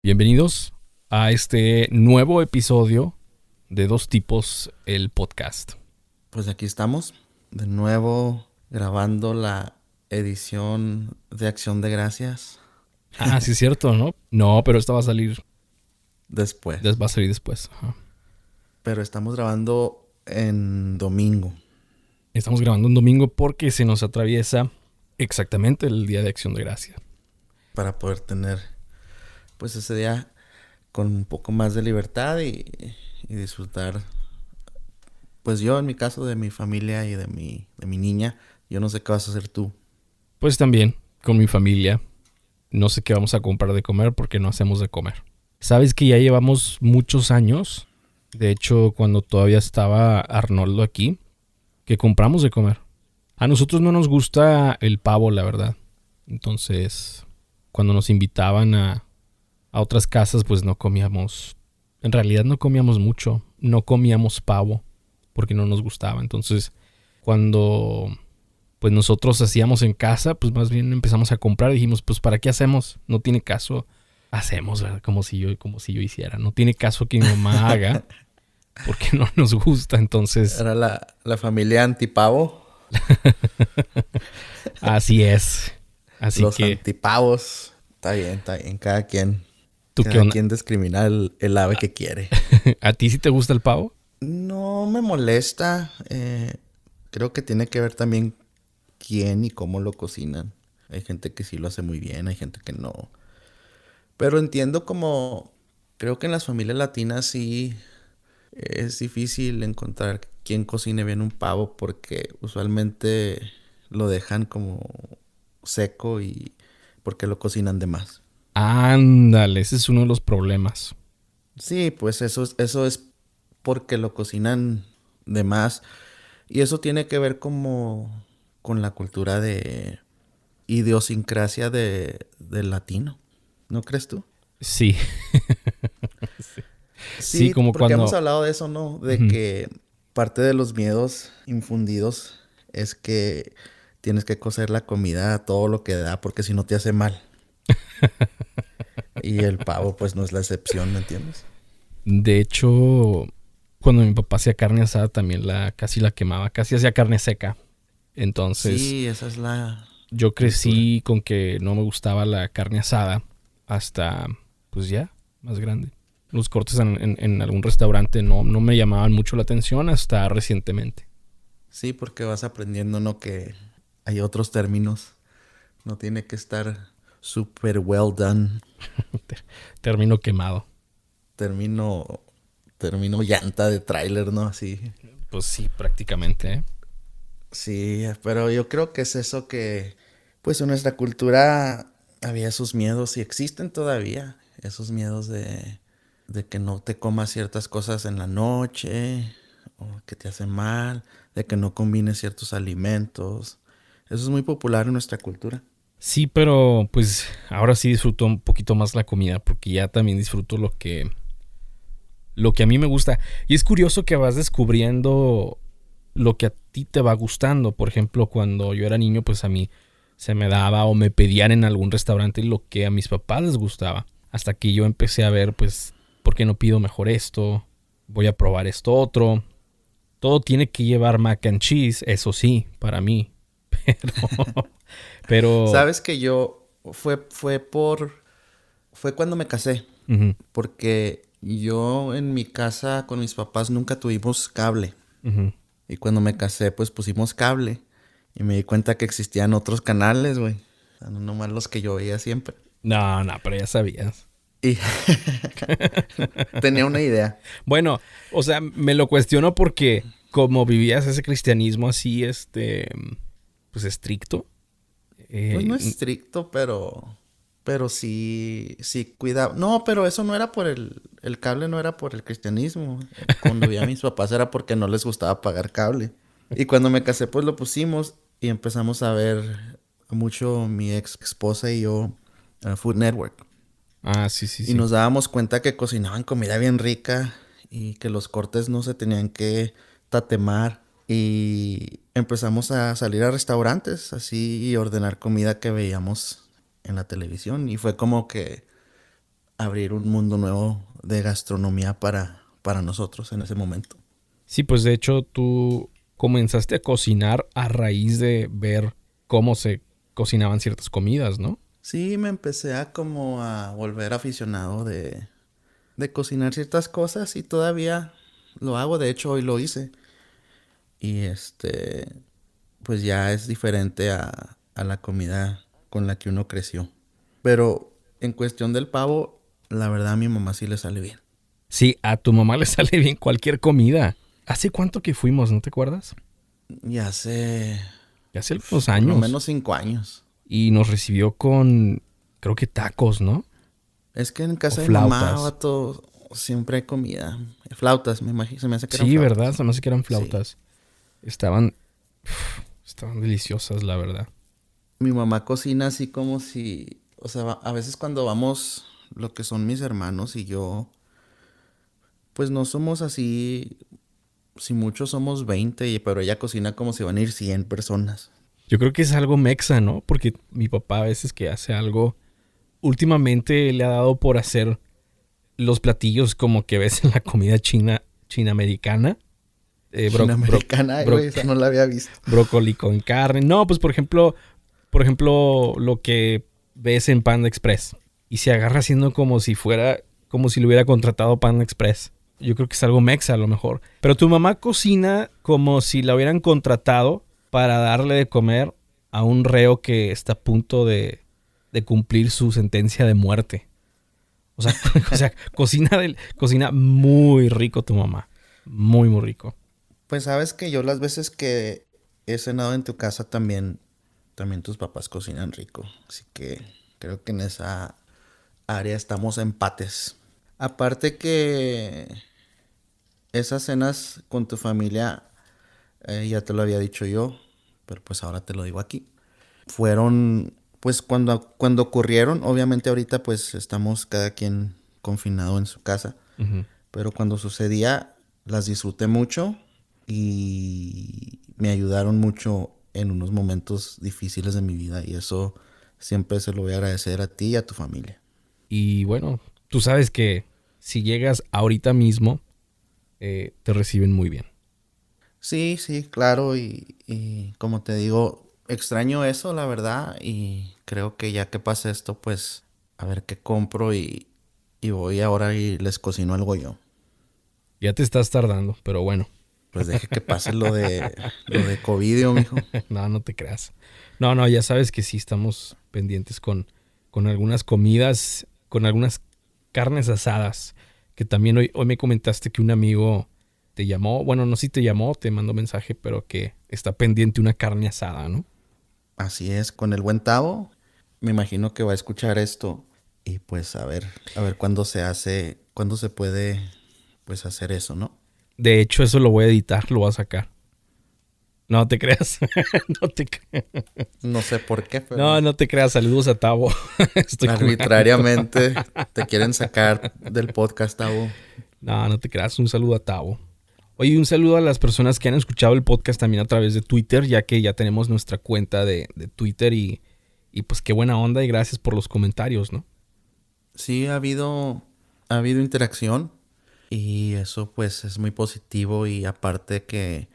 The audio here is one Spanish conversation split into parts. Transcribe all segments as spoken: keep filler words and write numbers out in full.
Bienvenidos a este nuevo episodio de Dos Tipos, el podcast. Pues aquí estamos, de nuevo grabando la edición de Acción de Gracias. Ah, sí es cierto, ¿no? No, pero esta va a salir Después. des- va a salir después. Ajá. Pero estamos grabando en domingo. Estamos grabando un domingo porque se nos atraviesa exactamente el Día de Acción de Gracias. Para poder tener pues ese día con un poco más de libertad y, y disfrutar. Pues yo en mi caso de mi familia y de mi, de mi niña. Yo no sé qué vas a hacer tú. Pues también con mi familia. No sé qué vamos a comprar de comer porque no hacemos de comer. Sabes que ya llevamos muchos años. De hecho, cuando todavía estaba Arnoldo aquí, que compramos de comer. A nosotros no nos gusta el pavo, la verdad. Entonces, cuando nos invitaban a, a otras casas, pues no comíamos. En realidad no comíamos mucho. No comíamos pavo porque no nos gustaba. Entonces, cuando pues nosotros hacíamos en casa, pues más bien empezamos a comprar y dijimos, pues ¿para qué hacemos? No tiene caso. Hacemos, ¿verdad? Como si yo, como si yo hiciera. No tiene caso que mi mamá haga porque no nos gusta. Entonces, Era la, la familia antipavo. así es. Así Los que, antipavos. Está bien, está bien. Cada quien. ¿tú qué Cada onda? quien discrimina el, el ave que quiere. ¿A ti sí te gusta el pavo? No me molesta. Eh, creo que tiene que ver también quién y cómo lo cocinan. Hay gente que sí lo hace muy bien, hay gente que no. Pero entiendo como... Creo que en las familias latinas sí es difícil encontrar quien cocine bien un pavo porque usualmente lo dejan como seco y porque lo cocinan de más. Ándale, ese es uno de los problemas. Sí, pues eso es, eso es porque lo cocinan de más. Y eso tiene que ver como con la cultura de idiosincrasia de, del latino. ¿No crees tú? Sí. Sí, Sí, como porque hemos cuando... hablado de eso, ¿no? De Ujú. que parte de los miedos infundidos es que tienes que cocer la comida a todo lo que da porque si no te hace mal. Y el pavo pues no es la excepción, ¿me entiendes? De hecho, cuando mi papá hacía carne asada, también la casi la quemaba. Casi hacía carne seca. Entonces, Sí, esa es la yo cultura. crecí con que no me gustaba la carne asada hasta, pues ya, más grande. Los cortes en, en- en algún restaurante no, no me llamaban mucho la atención hasta recientemente. Sí, porque vas aprendiendo, ¿no? Que hay otros términos. No tiene que estar super well done. Termino quemado. Termino, termino llanta de tráiler, ¿no? Así. Pues sí, prácticamente, ¿eh? Sí, pero yo creo que es eso que, pues en nuestra cultura había esos miedos y existen todavía. Esos miedos de, de que no te comas ciertas cosas en la noche o que te hacen mal, de que no combines ciertos alimentos. Eso es muy popular en nuestra cultura. Sí, pero pues ahora sí disfruto un poquito más la comida porque ya también disfruto lo que lo que a mí me gusta. Y es curioso que vas descubriendo lo que a ti te va gustando. Por ejemplo, cuando yo era niño, pues a mí se me daba o me pedían en algún restaurante lo que a mis papás les gustaba. Hasta que yo empecé a ver, pues, ¿por qué no pido mejor esto? Voy a probar esto otro. Todo tiene que llevar mac and cheese, eso sí, para mí. Pero, pero, Sabes que yo fue, fue por, fue cuando me casé, ujú, porque yo en mi casa con mis papás nunca tuvimos cable. ujú. Y cuando me casé, pues pusimos cable. Y me di cuenta que existían otros canales, güey. O sea, no nomás los que yo veía siempre. No, no, pero ya sabías. Y tenía una idea. Bueno, o sea, me lo cuestiono porque como vivías ese cristianismo así, este, pues estricto. Pues eh, no estricto, pero... Pero sí, sí cuidaba. No, pero eso no era por el... El cable no era por el cristianismo. Cuando vi a mis papás era porque no les gustaba pagar cable. Y cuando me casé, pues lo pusimos y empezamos a ver mucho mi ex esposa y yo uh, Food Network. ah, sí, sí, Y sí. nos dábamos cuenta que cocinaban comida bien rica y que los cortes no se tenían que tatemar. Y empezamos a salir a restaurantes así y ordenar comida que veíamos en la televisión. Y fue como que abrir un mundo nuevo de gastronomía para, para nosotros en ese momento. Sí, pues de hecho tú comenzaste a cocinar a raíz de ver cómo se cocinaban ciertas comidas, ¿no? Sí, me empecé a como a volver aficionado de, de cocinar ciertas cosas y todavía lo hago. De hecho, hoy lo hice. Y este, pues ya es diferente a, a la comida con la que uno creció. Pero en cuestión del pavo, la verdad a mi mamá sí le sale bien. Sí, a tu mamá le sale bien cualquier comida. ¿Hace cuánto que fuimos, no te acuerdas? Y hace Ya hace algunos por lo años. menos cinco años. Y nos recibió con, creo que tacos, ¿no? Es que en O casa de mi mamá, flautas. vato, siempre hay comida. Flautas, me imagino, se me hace que eran Sí, ¿verdad? flautas. Se me hace que eran Sí. flautas. Estaban, uf, estaban deliciosas, la verdad. Mi mamá cocina así como si, o sea, a veces cuando vamos, lo que son mis hermanos y yo, pues no somos así, si muchos somos veinte, y- pero ella cocina como si van a ir cien personas. Yo creo que es algo mexa, ¿no? Porque mi papá a veces que hace algo, últimamente le ha dado por hacer los platillos como que ves en la comida china, china americana. Eh, bro- China bro- americana, ay, bro- güey, esa no la había visto. brócoli con carne. No, pues por ejemplo, por ejemplo, lo que ves en Panda Express. Y se agarra haciendo como si fuera, como si lo hubiera contratado Panda Express. Yo creo que es algo mexa a lo mejor. Pero tu mamá cocina como si la hubieran contratado para darle de comer a un reo que está a punto de, de cumplir su sentencia de muerte. O sea, o sea cocina, del, cocina muy rico tu mamá. Muy, muy rico. Pues sabes que yo las veces que he cenado en tu casa también, también tus papás cocinan rico. Así que creo que en esa área estamos empates. Aparte que esas cenas con tu familia, eh, ya te lo había dicho yo, pero pues ahora te lo digo aquí. Fueron, pues cuando, cuando ocurrieron, obviamente ahorita pues estamos cada quien confinado en su casa, Ujú. pero cuando sucedía las disfruté mucho y me ayudaron mucho en unos momentos difíciles de mi vida y eso siempre se lo voy a agradecer a ti y a tu familia. Y bueno, tú sabes que si llegas ahorita mismo, eh, te reciben muy bien. Sí, sí, claro, y, y como te digo, extraño eso, la verdad, y creo que ya que pase esto, pues a ver qué compro y, y voy ahora y les cocino algo yo. Ya te estás tardando, pero bueno. Pues deje que pase lo de lo de COVID, mijo. No, no te creas. No, no, ya sabes que sí estamos pendientes con, con algunas comidas, con algunas carnes asadas. Que también hoy, hoy me comentaste que un amigo te llamó. Bueno, no sé si te llamó, te mandó mensaje, pero que está pendiente una carne asada, ¿no? Así es, con el buen Tavo, me imagino que va a escuchar esto y pues a ver, a ver cuándo se hace, cuándo se puede pues hacer eso, ¿no? De hecho, eso lo voy a editar, lo voy a sacar. No te creas. No te creas. No sé por qué, No, pero no te creas. Saludos a Tavo. Estoy jugando. arbitrariamente te quieren sacar del podcast, Tavo. No, no te creas. Un saludo a Tavo. Oye, un saludo a las personas que han escuchado el podcast también a través de Twitter, ya que ya tenemos nuestra cuenta de, de Twitter y, y pues qué buena onda y gracias por los comentarios, ¿no? Sí, ha habido, ha habido interacción y eso pues es muy positivo y aparte que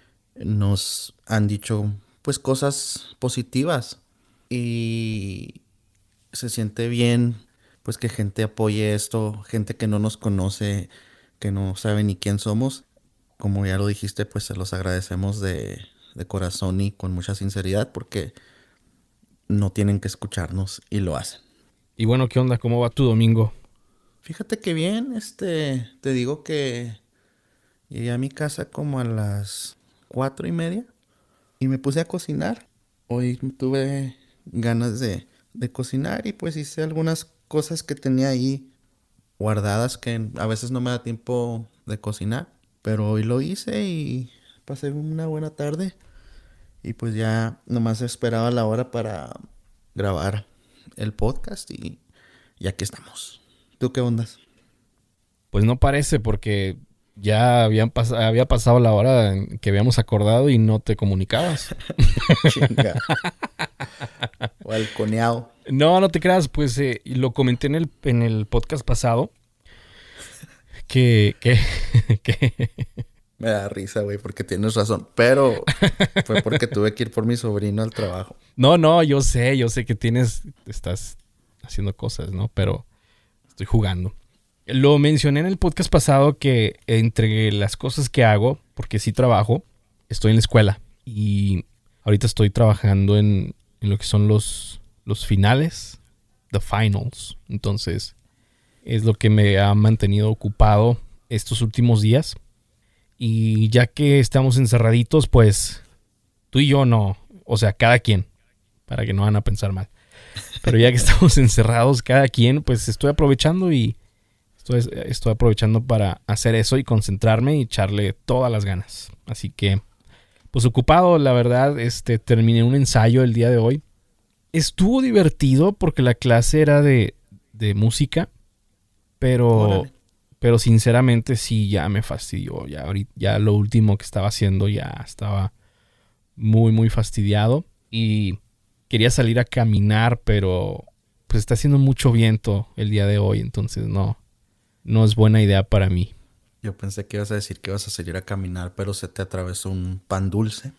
nos han dicho pues cosas positivas y se siente bien pues que gente apoye esto, gente que no nos conoce, que no sabe ni quién somos. Como ya lo dijiste, pues se los agradecemos de, de corazón y con mucha sinceridad porque no tienen que escucharnos y lo hacen. Y bueno, ¿qué onda? ¿Cómo va tu domingo? Fíjate que bien, este, te digo que llegué a mi casa como a las cuatro y media y me puse a cocinar. Hoy tuve ganas de, de cocinar y pues hice algunas cosas que tenía ahí guardadas que a veces no me da tiempo de cocinar. Pero hoy lo hice y pasé una buena tarde. Y pues ya nomás esperaba la hora para grabar el podcast y, y aquí estamos. ¿Tú qué ondas? Pues no parece porque Ya habían pas- había pasado la hora en que habíamos acordado y no te comunicabas. Chinga. Balconeado. No, no te creas, pues eh, lo comenté en el, en el podcast pasado que, que, que Me da risa, güey, porque tienes razón. Pero fue porque tuve que ir por mi sobrino al trabajo. No, no, yo sé, yo sé que tienes, estás haciendo cosas, ¿no? Pero estoy jugando. Lo mencioné en el podcast pasado que entre las cosas que hago, porque sí trabajo, estoy en la escuela y ahorita estoy trabajando en, en lo que son los, los finales, the finals. Entonces, es lo que me ha mantenido ocupado estos últimos días. Y ya que estamos encerraditos, pues tú y yo no, o sea, cada quien, para que no van a pensar mal. Pero ya que estamos encerrados, cada quien, pues estoy aprovechando y estoy, estoy aprovechando para hacer eso y concentrarme y echarle todas las ganas. Así que, pues ocupado, la verdad, este, terminé un ensayo el día de hoy. Estuvo divertido porque la clase era de, de música, pero, Órale. pero sinceramente sí ya me fastidió. Ya, ahorita, ya lo último que estaba haciendo ya estaba muy, muy fastidiado y quería salir a caminar, pero pues está haciendo mucho viento el día de hoy, entonces no, no es buena idea para mí. Yo pensé que ibas a decir que ibas a salir a caminar, pero se te atravesó un pan dulce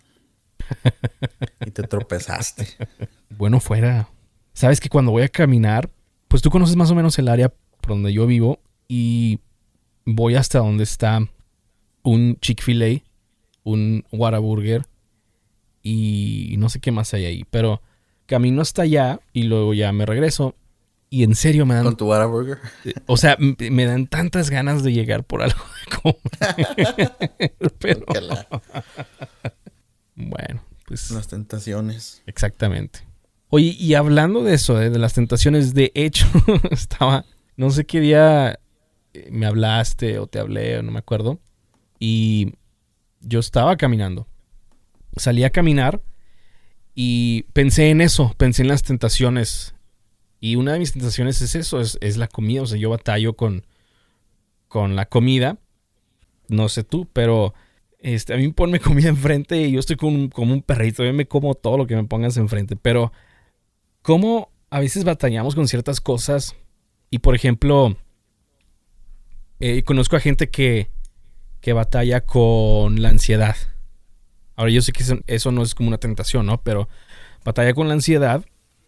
y te tropezaste. Bueno, fuera. Sabes que cuando voy a caminar, pues tú conoces más o menos el área por donde yo vivo y voy hasta donde está un Chick-fil-A, un Whataburger y no sé qué más hay ahí, pero camino hasta allá y luego ya me regreso y en serio me dan, ¿Con tu Whataburger? o sea, m- me dan tantas ganas de llegar por algo de comer, pero Ojalá. bueno, pues Las tentaciones. exactamente. Oye, y hablando de eso, eh, de las tentaciones, de hecho, estaba, no sé qué día eh, me hablaste o te hablé, o no me acuerdo, y yo estaba caminando. Salí a caminar y pensé en eso, pensé en las tentaciones. Y una de mis tentaciones es eso, es, es la comida. O sea, yo batallo con, con la comida. No sé tú, pero este, a mí ponme comida enfrente y yo estoy como un, como un perrito. Yo me como todo lo que me pongas enfrente. Pero, ¿cómo a veces batallamos con ciertas cosas? Y, por ejemplo, eh, conozco a gente que, que batalla con la ansiedad. Ahora, yo sé que eso, eso no es como una tentación, ¿no? Pero batalla con la ansiedad.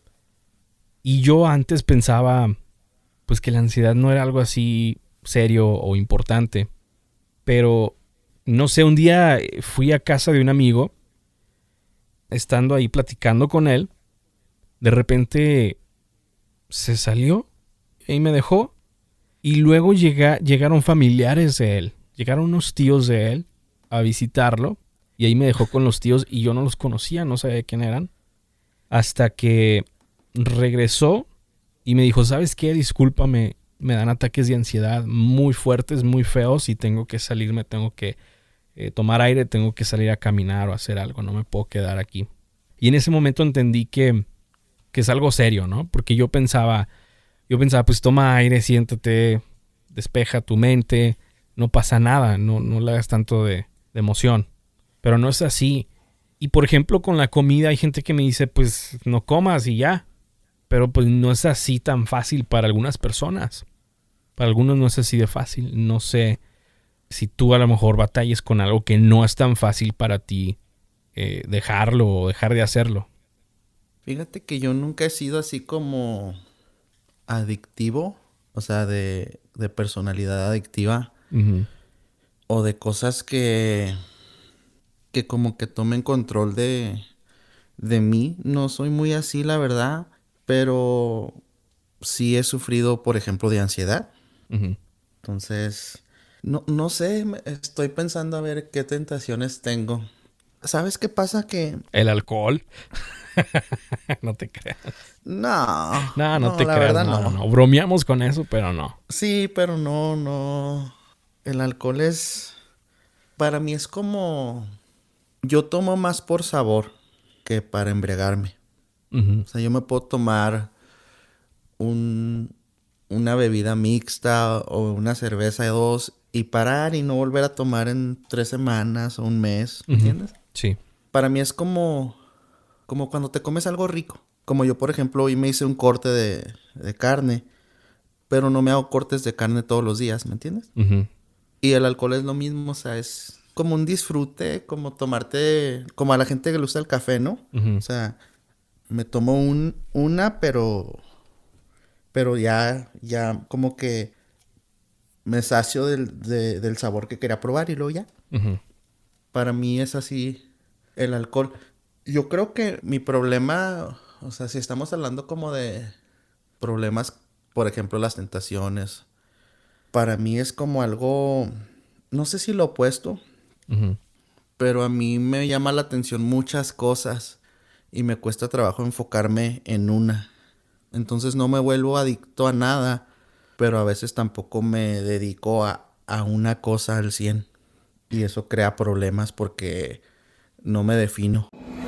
Y yo antes pensaba, pues que la ansiedad no era algo así serio o importante. Pero, no sé, un día fui a casa de un amigo, estando ahí platicando con él, de repente se salió y me dejó. Y luego llega, llegaron familiares de él, llegaron unos tíos de él a visitarlo. Y ahí me dejó con los tíos y yo no los conocía, no sabía quién eran. Hasta que regresó y me dijo, ¿sabes qué? Discúlpame, me dan ataques de ansiedad muy fuertes, muy feos y tengo que salirme, tengo que eh, tomar aire, tengo que salir a caminar o hacer algo, no me puedo quedar aquí. Y en ese momento entendí que, que es algo serio, ¿no? Porque yo pensaba, yo pensaba, pues toma aire, siéntate, despeja tu mente, no pasa nada, no, no le hagas tanto de, de emoción. Pero no es así. Y por ejemplo, con la comida hay gente que me dice, pues no comas y ya. Pero pues no es así tan fácil para algunas personas. Para algunos no es así de fácil. No sé si tú a lo mejor batalles con algo que no es tan fácil para ti eh, dejarlo o dejar de hacerlo. Fíjate que yo nunca he sido así como adictivo, o sea, de, de personalidad adictiva Uh-huh. o de cosas que, que como que tomen control de, de mí. No soy muy así, la verdad, pero sí he sufrido, por ejemplo, de ansiedad. Uh-huh. Entonces, no, no sé, me- estoy pensando a ver qué tentaciones tengo. ¿Sabes qué pasa? Que El alcohol. No te creas. no, No, no no, te la creas. verdad No, no, no. no. Bromeamos con eso, pero no. Sí, pero no, no. El alcohol es, para mí es como, yo tomo más por sabor que para embriagarme. Uh-huh. O sea, yo me puedo tomar un, una bebida mixta o una cerveza de dos y parar y no volver a tomar en tres semanas o un mes, Ujú. ¿entiendes? Sí. Para mí es como, como cuando te comes algo rico. Como yo, por ejemplo, hoy me hice un corte de, de carne, pero no me hago cortes de carne todos los días, ¿me entiendes? Ujú. Y el alcohol es lo mismo, o sea, es como un disfrute, como tomarte, como a la gente que le gusta el café, ¿no? Ujú. O sea, me tomo un, una, pero, pero ya, ya como que me sacio del, de- del sabor que quería probar y luego ya. Ujú. Para mí es así el alcohol. Yo creo que mi problema, o sea, si estamos hablando como de problemas, por ejemplo, las tentaciones, para mí es como algo, no sé si lo opuesto, Ujú. pero a mí me llama la atención muchas cosas y me cuesta trabajo enfocarme en una. Entonces no me vuelvo adicto a nada, pero a veces tampoco me dedico a, a una cosa al cien. Y eso crea problemas porque no me defino.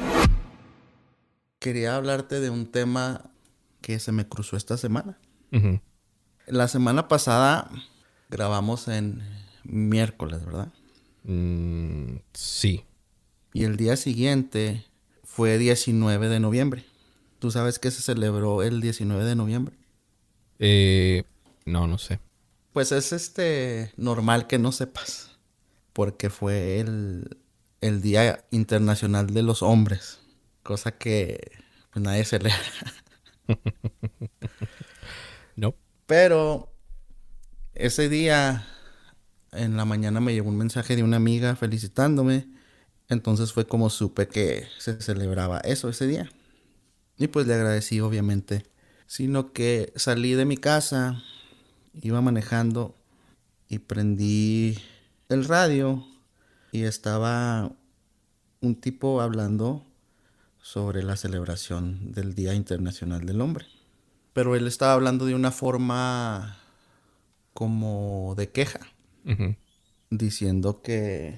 Quería hablarte de un tema que se me cruzó esta semana. Ujú. La semana pasada grabamos en miércoles, ¿verdad? Mm, sí. Y el día siguiente fue diecinueve de noviembre. ¿Tú sabes qué se celebró el diecinueve de noviembre? Eh, no, no sé. Pues es este normal que no sepas, porque fue el, el Día Internacional de los Hombres, cosa que pues, nadie celebra. No. Pero ese día en la mañana me llegó un mensaje de una amiga felicitándome, entonces fue como supe que se celebraba eso ese día. Y pues le agradecí obviamente, sino que salí de mi casa, iba manejando y prendí el radio y estaba un tipo hablando sobre la celebración del Día Internacional del Hombre. Pero él estaba hablando de una forma como de queja, Ujú. diciendo que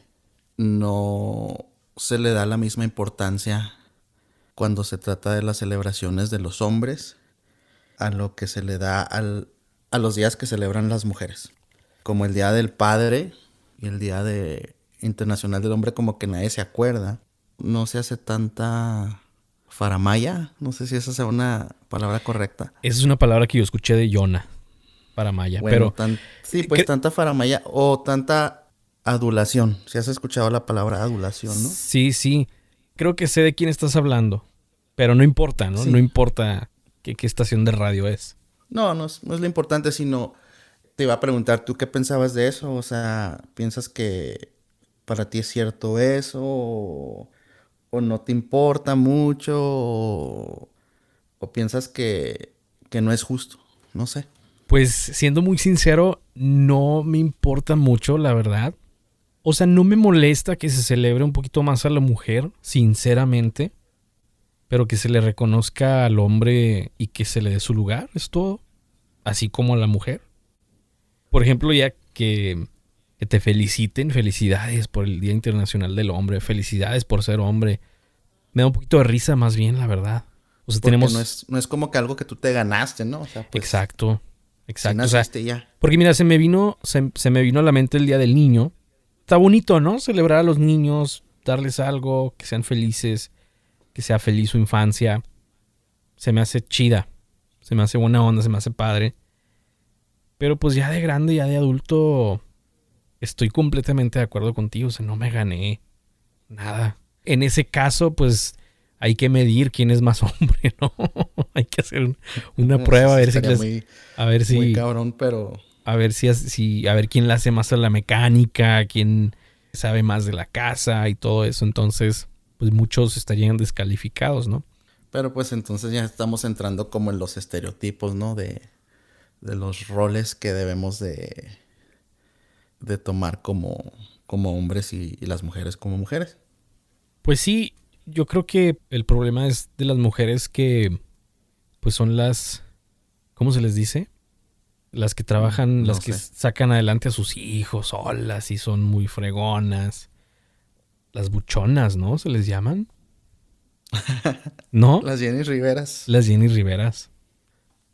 no se le da la misma importancia cuando se trata de las celebraciones de los hombres a lo que se le da al, a los días que celebran las mujeres. Como el Día del Padre y el Día de Internacional del Hombre, como que nadie se acuerda. No se hace tanta faramaya. No sé si esa sea una palabra correcta. Esa es una palabra que yo escuché de Yona para Maya, Bueno, pero tan, sí, eh, pues cre- tanta faramaya o tanta adulación. Si has escuchado la palabra adulación, ¿no? sí, sí. Creo que sé de quién estás hablando, pero no importa, ¿no? No Sí. importa qué, qué estación de radio es. No, no es, no es lo importante, sino te iba a preguntar, ¿tú qué pensabas de eso? O sea, ¿piensas que para ti es cierto eso? ¿O, o no te importa mucho? ¿O, o piensas que, que no es justo? No sé. Pues siendo muy sincero, no me importa mucho, la verdad. O sea, no me molesta que se celebre un poquito más a la mujer, sinceramente, pero que se le reconozca al hombre y que se le dé su lugar, es todo. Así como a la mujer. Por ejemplo, ya que, que te feliciten, felicidades por el Día Internacional del Hombre, felicidades por ser hombre. Me da un poquito de risa más bien, la verdad. O sea, Porque tenemos... no es, no es como que algo que tú te ganaste, ¿no? O sea, pues Exacto, si exacto. O sea, naciste ya. porque mira, se me vino, se, se me vino a la mente el Día del Niño. Está bonito, ¿no? Celebrar a los niños, darles algo, que sean felices, que sea feliz su infancia. Se me hace chida, se me hace buena onda, se me hace padre. Pero pues ya de grande, ya de adulto, estoy completamente de acuerdo contigo. O sea, no me gané nada. En ese caso, pues hay que medir quién es más hombre, ¿no? Hay que hacer un- una No, prueba a sí, ver si estaría les, muy, a ver muy si cabrón, pero a ver si, si a ver quién le hace más a la mecánica, quién sabe más de la casa y todo eso. Entonces, pues muchos estarían descalificados, ¿no? Pero pues entonces ya estamos entrando como en los estereotipos, ¿no? De, de los roles que debemos de, de tomar como, como hombres y, y las mujeres como mujeres. Pues sí, yo creo que el problema es de las mujeres que pues son las, ¿cómo se les dice? Las que trabajan, No las que sé. sacan adelante a sus hijos solas y son muy fregonas. Las buchonas, ¿no? Se les llaman. ¿No? Las Jenny Riveras. Las Jenny Riveras.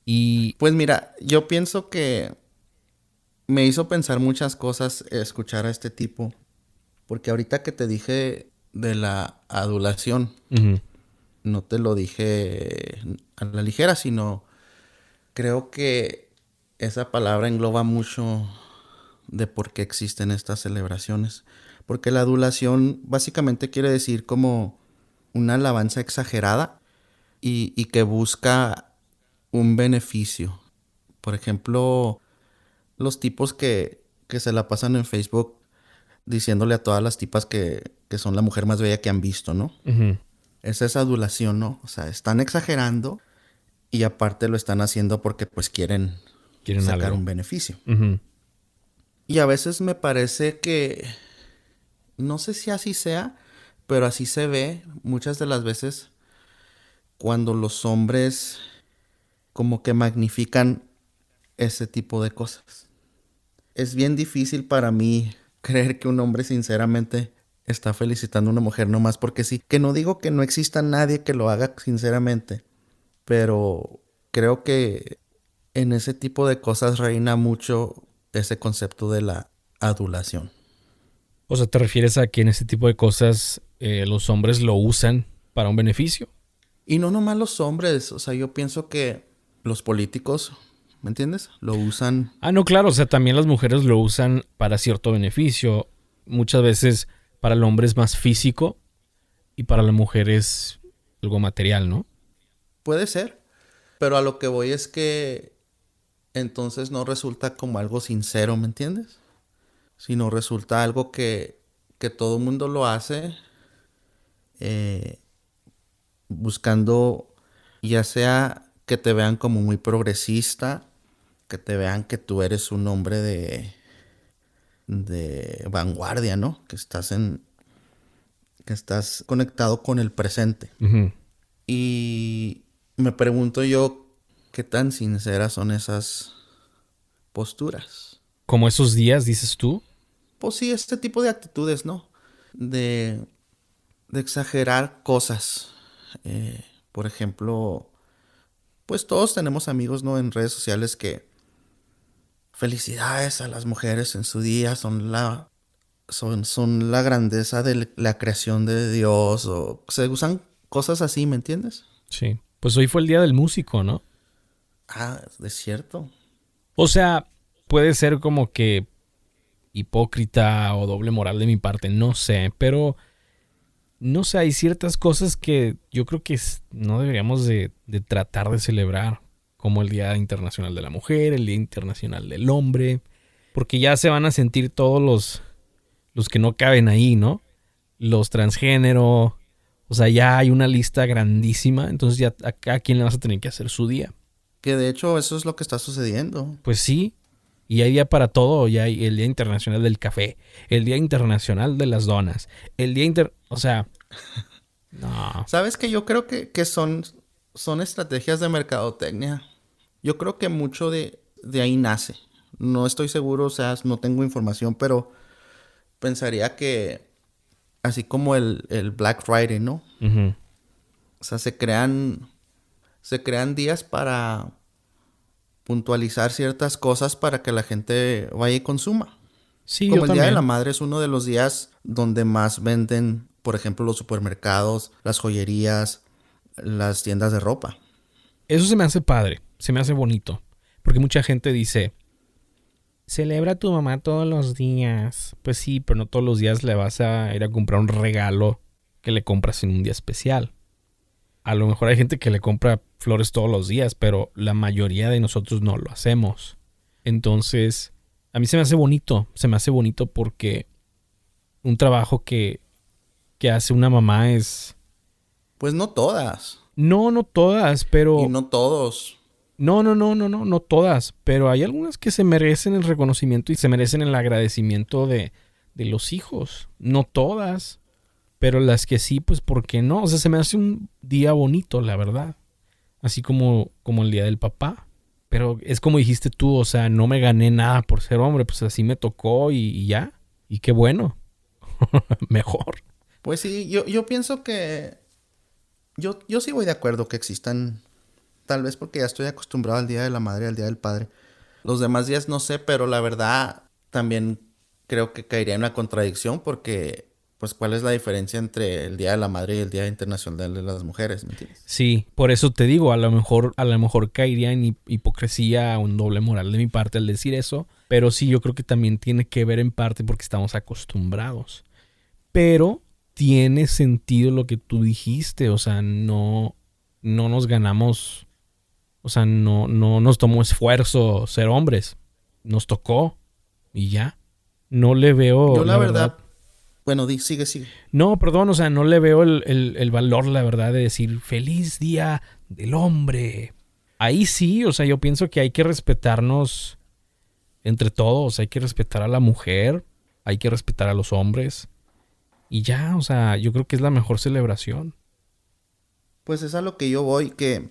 Y... Pues mira, yo pienso que me hizo pensar muchas cosas escuchar a este tipo. Porque ahorita que te dije de la adulación, Uh-huh. no te lo dije a la ligera, sino creo que esa palabra engloba mucho de por qué existen estas celebraciones. Porque la adulación básicamente quiere decir como una alabanza exagerada y, y que busca un beneficio. Por ejemplo, los tipos que, que se la pasan en Facebook diciéndole a todas las tipas que, que son la mujer más bella que han visto, ¿no? Uh-huh. Esa es adulación, ¿no? O sea, están exagerando y aparte lo están haciendo porque pues quieren, Quieren sacar algo. un beneficio. Uh-huh. Y a veces me parece que, no sé si así sea, pero así se ve muchas de las veces cuando los hombres como que magnifican ese tipo de cosas. Es bien difícil para mí creer que un hombre sinceramente está felicitando a una mujer nomás porque sí. Que no digo que no exista nadie que lo haga sinceramente, pero creo que en ese tipo de cosas reina mucho ese concepto de la adulación. O sea, ¿te refieres a que en ese tipo de cosas eh, los hombres lo usan para un beneficio? Y no nomás los hombres, o sea, yo pienso que los políticos, ¿me entiendes? Lo usan. Ah, no, claro, o sea, también las mujeres lo usan para cierto beneficio. Muchas veces para el hombre es más físico y para la mujer es algo material, ¿no? Puede ser, pero a lo que voy es que entonces no resulta como algo sincero, ¿me entiendes? Sino resulta algo que, que todo el mundo lo hace eh, buscando ya sea que te vean como muy progresista, que te vean que tú eres un hombre de, de vanguardia, ¿no? Que estás en, que estás conectado con el presente. Uh-huh. Y me pregunto yo, ¿qué tan sinceras son esas posturas? Como esos días, dices tú. Pues sí, este tipo de actitudes, ¿no? De, de exagerar cosas. Eh, por ejemplo, pues todos tenemos amigos, ¿no? En redes sociales que felicidades a las mujeres en su día, son la, son, son la grandeza de la creación de Dios, o se usan cosas así, ¿me entiendes? Sí. Pues hoy fue el día del músico, ¿no? Ah, es cierto. O sea, puede ser como que hipócrita o doble moral de mi parte, no sé, pero no sé, hay ciertas cosas que yo creo que no deberíamos de, de tratar de celebrar, como el Día Internacional de la Mujer, el Día Internacional del Hombre, porque ya se van a sentir todos los, los que no caben ahí, ¿no? Los transgénero, o sea, ya hay una lista grandísima, entonces ya a cada quien le vas a tener que hacer su día. Que de hecho eso es lo que está sucediendo. Pues sí, y hay día para todo, ya hay el Día Internacional del Café, el Día Internacional de las Donas, el Día Inter... O sea, no. ¿Sabes que yo creo que, que son, son estrategias de mercadotecnia? Yo creo que mucho de, de ahí nace. No estoy seguro, o sea, no tengo información, pero pensaría que así como el, el Black Friday, ¿no? Uh-huh. O sea, se crean, se crean días para puntualizar ciertas cosas para que la gente vaya y consuma. Sí, Como yo el también. Día de la Madre es uno de los días donde más venden, por ejemplo, los supermercados, las joyerías, las tiendas de ropa. Eso se me hace padre, se me hace bonito, porque mucha gente dice, celebra a tu mamá todos los días. Pues sí, pero no todos los días le vas a ir a comprar un regalo que le compras en un día especial. A lo mejor hay gente que le compra flores todos los días, pero la mayoría de nosotros no lo hacemos. Entonces, a mí se me hace bonito, se me hace bonito porque un trabajo que, que hace una mamá es... Pues no todas. No, no todas, pero... Y no todos. No, no, no, no, no, no todas, pero hay algunas que se merecen el reconocimiento y se merecen el agradecimiento de, de los hijos. No todas, pero las que sí, pues ¿por qué no? O sea, se me hace un día bonito, la verdad. Así como, como el día del papá. Pero es como dijiste tú, o sea, no me gané nada por ser hombre, pues así me tocó y, y ya. Y qué bueno. Mejor. Pues sí, yo, yo pienso que... Yo, yo sí voy de acuerdo que existan tal vez porque ya estoy acostumbrado al Día de la Madre y al Día del Padre. Los demás días no sé, pero la verdad también creo que caería en una contradicción porque, pues, ¿cuál es la diferencia entre el Día de la Madre y el Día Internacional de las Mujeres? ¿Me entiendes? Sí, por eso te digo, a lo mejor, a lo mejor caería en hipocresía o un doble moral de mi parte al decir eso, pero sí, yo creo que también tiene que ver en parte porque estamos acostumbrados. Pero tiene sentido lo que tú dijiste, o sea, no, no nos ganamos, o sea, no, no nos tomó esfuerzo ser hombres, nos tocó y ya. No le veo, Yo la, la verdad, verdad, bueno, di, sigue, sigue. no, perdón, o sea, no le veo el, el, el valor, la verdad, de decir feliz día del hombre. Ahí sí, o sea, yo pienso que hay que respetarnos entre todos, hay que respetar a la mujer, hay que respetar a los hombres. Y ya, o sea, yo creo que es la mejor celebración. Pues es a lo que yo voy, que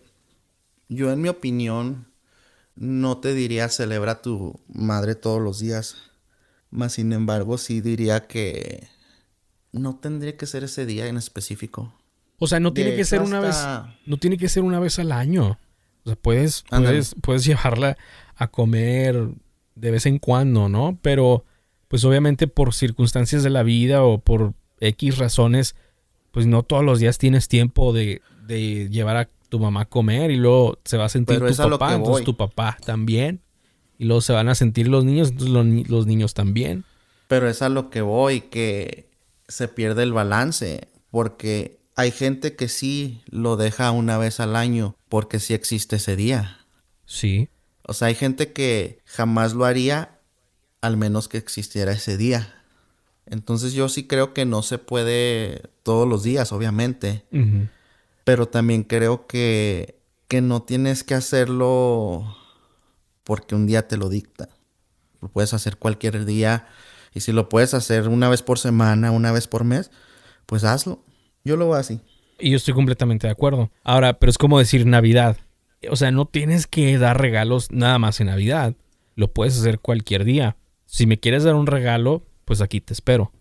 yo en mi opinión no te diría celebra a tu madre todos los días. Más sin embargo, sí diría que no tendría que ser ese día en específico. O sea, no tiene De que hecho, ser una vez, hasta... no tiene que ser una vez al año. O sea, puedes, Ándale. puedes, puedes llevarla a comer de vez en cuando, ¿no? Pero, pues obviamente por circunstancias de la vida o por X razones, pues no todos los días tienes tiempo de, de llevar a tu mamá a comer y luego se va a sentir Pero tu es a lo papá, que entonces voy. tu papá también. Y luego se van a sentir los niños, entonces los, ni- los niños también. Pero es a lo que voy, que se pierde el balance. Porque hay gente que sí lo deja una vez al año porque sí existe ese día. Sí. O sea, hay gente que jamás lo haría al menos que existiera ese día. Entonces yo sí creo que no se puede todos los días, obviamente. Ujú. Pero también creo que, que no tienes que hacerlo porque un día te lo dicta. Lo puedes hacer cualquier día. Y si lo puedes hacer una vez por semana, una vez por mes, pues hazlo. Yo lo veo así. Y yo estoy completamente de acuerdo. Ahora, pero es como decir Navidad. O sea, no tienes que dar regalos nada más en Navidad. Lo puedes hacer cualquier día. Si me quieres dar un regalo, pues aquí te espero.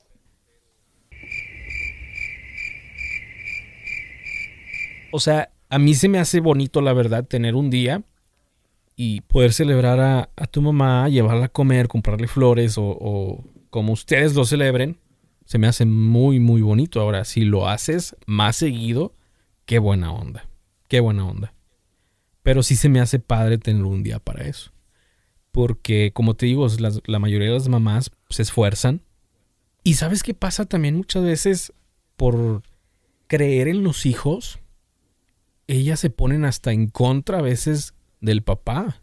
O sea, a mí se me hace bonito, la verdad, tener un día y poder celebrar a, a tu mamá, llevarla a comer, comprarle flores o, o como ustedes lo celebren. Se me hace muy, muy bonito. Ahora, si lo haces más seguido, qué buena onda. Qué buena onda. Pero sí se me hace padre tener un día para eso. Porque, como te digo, las- la mayoría de las mamás se esfuerzan. Y ¿sabes qué pasa también muchas veces? Por creer en los hijos, ellas se ponen hasta en contra a veces del papá.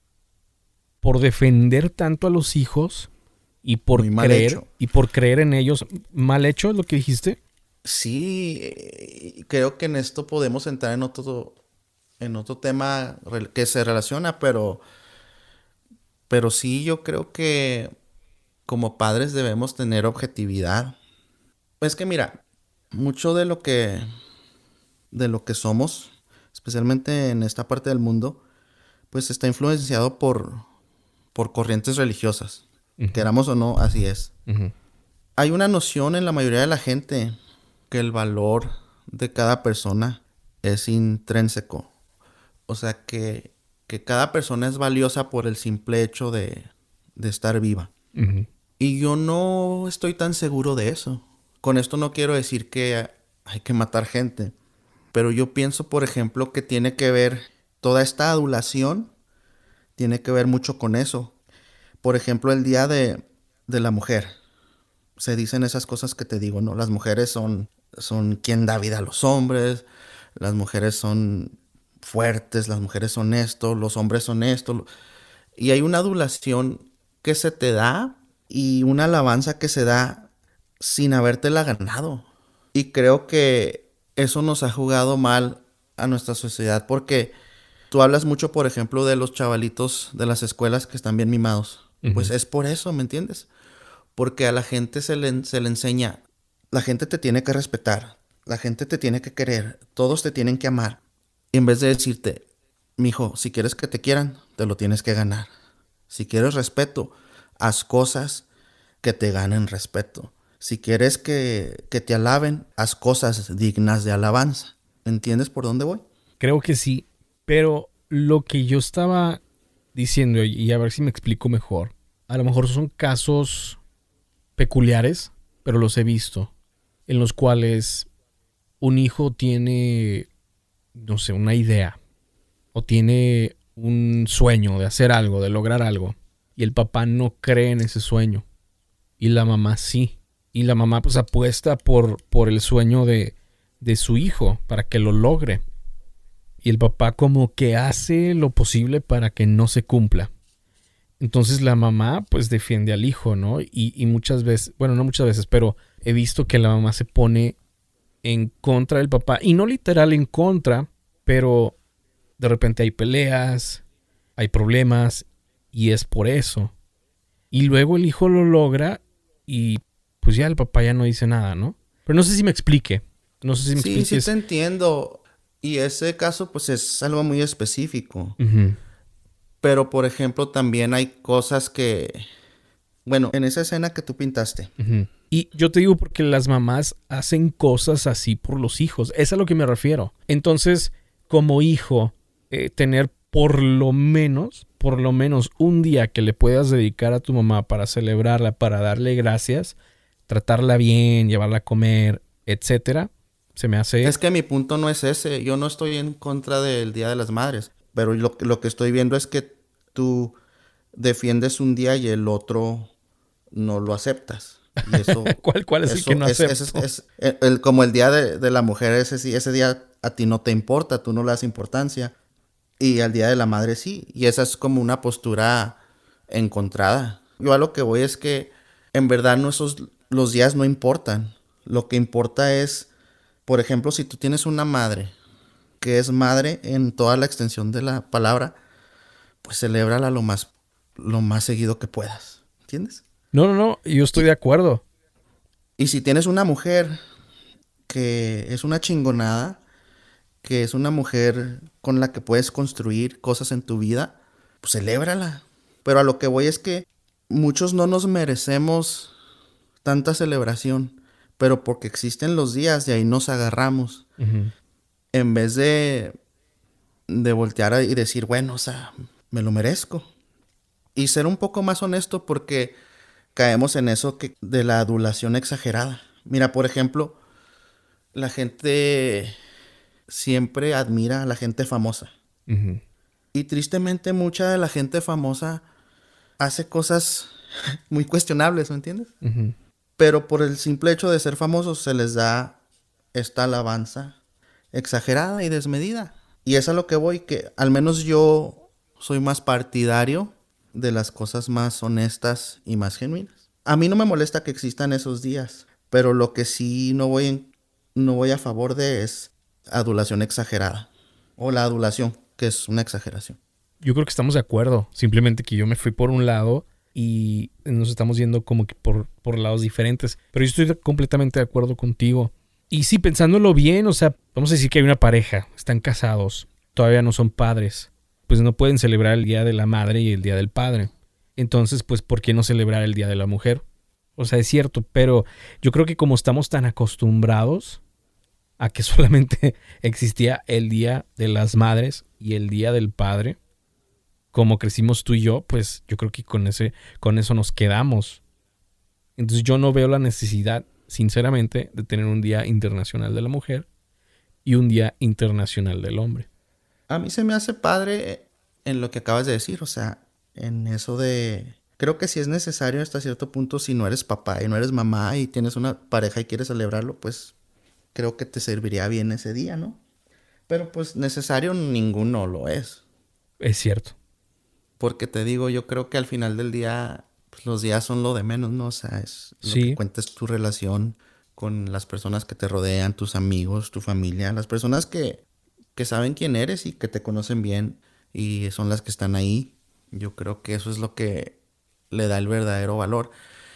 Por defender tanto a los hijos y por Muy mal creer hecho. y por creer en ellos. ¿Mal hecho es lo que dijiste? Sí, eh, creo que en esto podemos entrar en otro, en otro tema rel- que se relaciona, pero, pero sí yo creo que como padres debemos tener objetividad. Es que mira, mucho de lo que, de lo que somos, especialmente en esta parte del mundo, pues está influenciado por, por corrientes religiosas. Ujú, Queramos o no, así es. ujú. Hay una noción en la mayoría de la gente que el valor de cada persona es intrínseco. O sea que, que cada persona es valiosa por el simple hecho de, de estar viva. Ujú. Y yo no estoy tan seguro de eso. Con esto no quiero decir que hay que matar gente. Pero yo pienso, por ejemplo, que tiene que ver toda esta adulación, tiene que ver mucho con eso. Por ejemplo, el Día de, de la Mujer. Se dicen esas cosas que te digo, ¿no? Las mujeres son, son quien da vida a los hombres, las mujeres son fuertes, las mujeres son esto, los hombres son esto. Y hay una adulación que se te da y una alabanza que se da sin habértela ganado. Y creo que eso nos ha jugado mal a nuestra sociedad porque tú hablas mucho, por ejemplo, de los chavalitos de las escuelas que están bien mimados. Pues Ujú. es por eso, ¿me entiendes? Porque a la gente se le, se le enseña, la gente te tiene que respetar, la gente te tiene que querer, todos te tienen que amar. En vez de decirte, mijo, si quieres que te quieran, te lo tienes que ganar. Si quieres respeto, haz cosas que te ganen respeto. Si quieres que, que te alaben, haz cosas dignas de alabanza. ¿Entiendes por dónde voy? Creo que sí, Pero lo que yo estaba diciendo, y a ver si me explico mejor, a lo mejor son casos peculiares, pero los he visto, en los cuales un hijo tiene, no sé, una idea, o tiene un sueño de hacer algo, de lograr algo, y el papá no cree en ese sueño, y la mamá sí. Y la mamá pues apuesta por, por el sueño de, de su hijo para que lo logre. Y el papá como que hace lo posible para que no se cumpla. Entonces la mamá pues defiende al hijo, ¿no? Y, y muchas veces, bueno, no muchas veces, pero he visto que la mamá se pone en contra del papá. Y no literal en contra, pero de repente hay peleas, hay problemas, y es por eso. Y luego el hijo lo logra y pues ya el papá ya no dice nada, ¿no? Pero no sé si me explique. No sé si me Sí, expliques. sí te entiendo. Y ese caso pues es algo muy específico. Uh-huh. Pero por ejemplo también hay cosas que... Bueno, en esa escena que tú pintaste. Uh-huh. Y yo te digo porque las mamás hacen cosas así por los hijos. Es a lo que me refiero. Entonces, como hijo, eh, tener por lo menos, por lo menos un día que le puedas dedicar a tu mamá para celebrarla, para darle gracias, tratarla bien, llevarla a comer, etcétera, se me hace... Es que mi punto no es ese. Yo no estoy en contra del Día de las Madres. Pero lo, lo que estoy viendo es que tú defiendes un día y el otro no lo aceptas. Y eso... ¿Cuál, cuál es eso el que no es, acepto? es, es, es el, como el Día de, de la Mujer, ese, ese día a ti no te importa, tú no le das importancia. Y al Día de la Madre sí. Y esa es como una postura encontrada. Yo a lo que voy es que en verdad no esos, los días no importan. Lo que importa es, por ejemplo, si tú tienes una madre que es madre en toda la extensión de la palabra, pues celébrala lo más, lo más seguido que puedas. ¿Entiendes? No, no, no. Yo estoy de acuerdo. Y si tienes una mujer que es una chingonada, que es una mujer con la que puedes construir cosas en tu vida, pues celébrala. Pero a lo que voy es que muchos no nos merecemos tanta celebración, pero porque existen los días y ahí nos agarramos. Uh-huh. En vez de, de voltear y decir, bueno, o sea, me lo merezco. Y ser un poco más honesto porque caemos en eso que, de la adulación exagerada. Mira, por ejemplo, la gente siempre admira a la gente famosa. Uh-huh. Y tristemente mucha de la gente famosa hace cosas muy cuestionables, ¿me entiendes? Uh-huh. Pero por el simple hecho de ser famosos se les da esta alabanza exagerada y desmedida. Y es a lo que voy, que al menos yo soy más partidario de las cosas más honestas y más genuinas. A mí no me molesta que existan esos días, pero lo que sí no voy, en, no voy a favor de es adulación exagerada. O la adulación, que es una exageración. Yo creo que estamos de acuerdo. Simplemente que yo me fui por un lado y nos estamos yendo como que por, por lados diferentes. Pero yo estoy completamente de acuerdo contigo. Y sí, pensándolo bien, o sea, vamos a decir que hay una pareja, están casados, todavía no son padres. Pues no pueden celebrar el Día de la Madre y el Día del Padre. Entonces, pues, ¿por qué no celebrar el Día de la Mujer? O sea, es cierto, pero yo creo que como estamos tan acostumbrados a que solamente existía el Día de las Madres y el Día del Padre, como crecimos tú y yo, pues yo creo que con ese, con eso nos quedamos. Entonces yo no veo la necesidad, sinceramente, de tener un Día Internacional de la Mujer y un Día Internacional del Hombre. A mí se me hace padre en lo que acabas de decir, o sea, en eso de... Creo que si es necesario hasta cierto punto, si no eres papá y no eres mamá y tienes una pareja y quieres celebrarlo, pues creo que te serviría bien ese día, ¿no? Pero pues necesario ninguno lo es. Es cierto. Porque te digo, yo creo que al final del día, pues los días son lo de menos, ¿no? O sea, es lo Sí. que cuenta es tu relación con las personas que te rodean, tus amigos, tu familia, las personas que, que saben quién eres y que te conocen bien y son las que están ahí. Yo creo que eso es lo que le da el verdadero valor.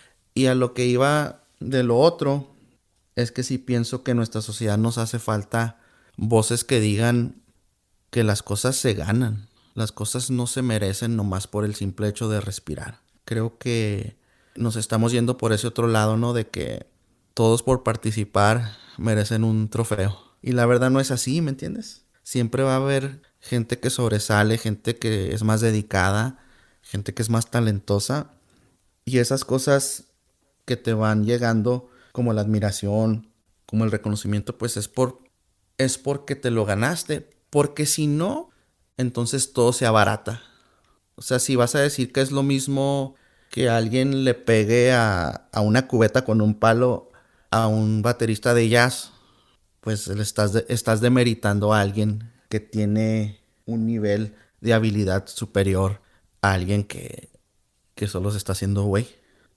Y a lo que iba de lo otro, es que sí pienso que en nuestra sociedad nos hace falta voces que digan que las cosas se ganan. Las cosas no se merecen nomás por el simple hecho de respirar. Creo que nos estamos yendo por ese otro lado, ¿no? De que todos por participar merecen un trofeo. Y la verdad no es así, ¿me entiendes? Siempre va a haber gente que sobresale, gente que es más dedicada, gente que es más talentosa. Y esas cosas que te van llegando, como la admiración, como el reconocimiento, pues es por es porque te lo ganaste. Porque si no, entonces todo se abarata. O sea, si vas a decir que es lo mismo que alguien le pegue a, a una cubeta con un palo a un baterista de jazz, pues le estás, de, estás demeritando a alguien que tiene un nivel de habilidad superior a alguien que, que solo se está haciendo güey.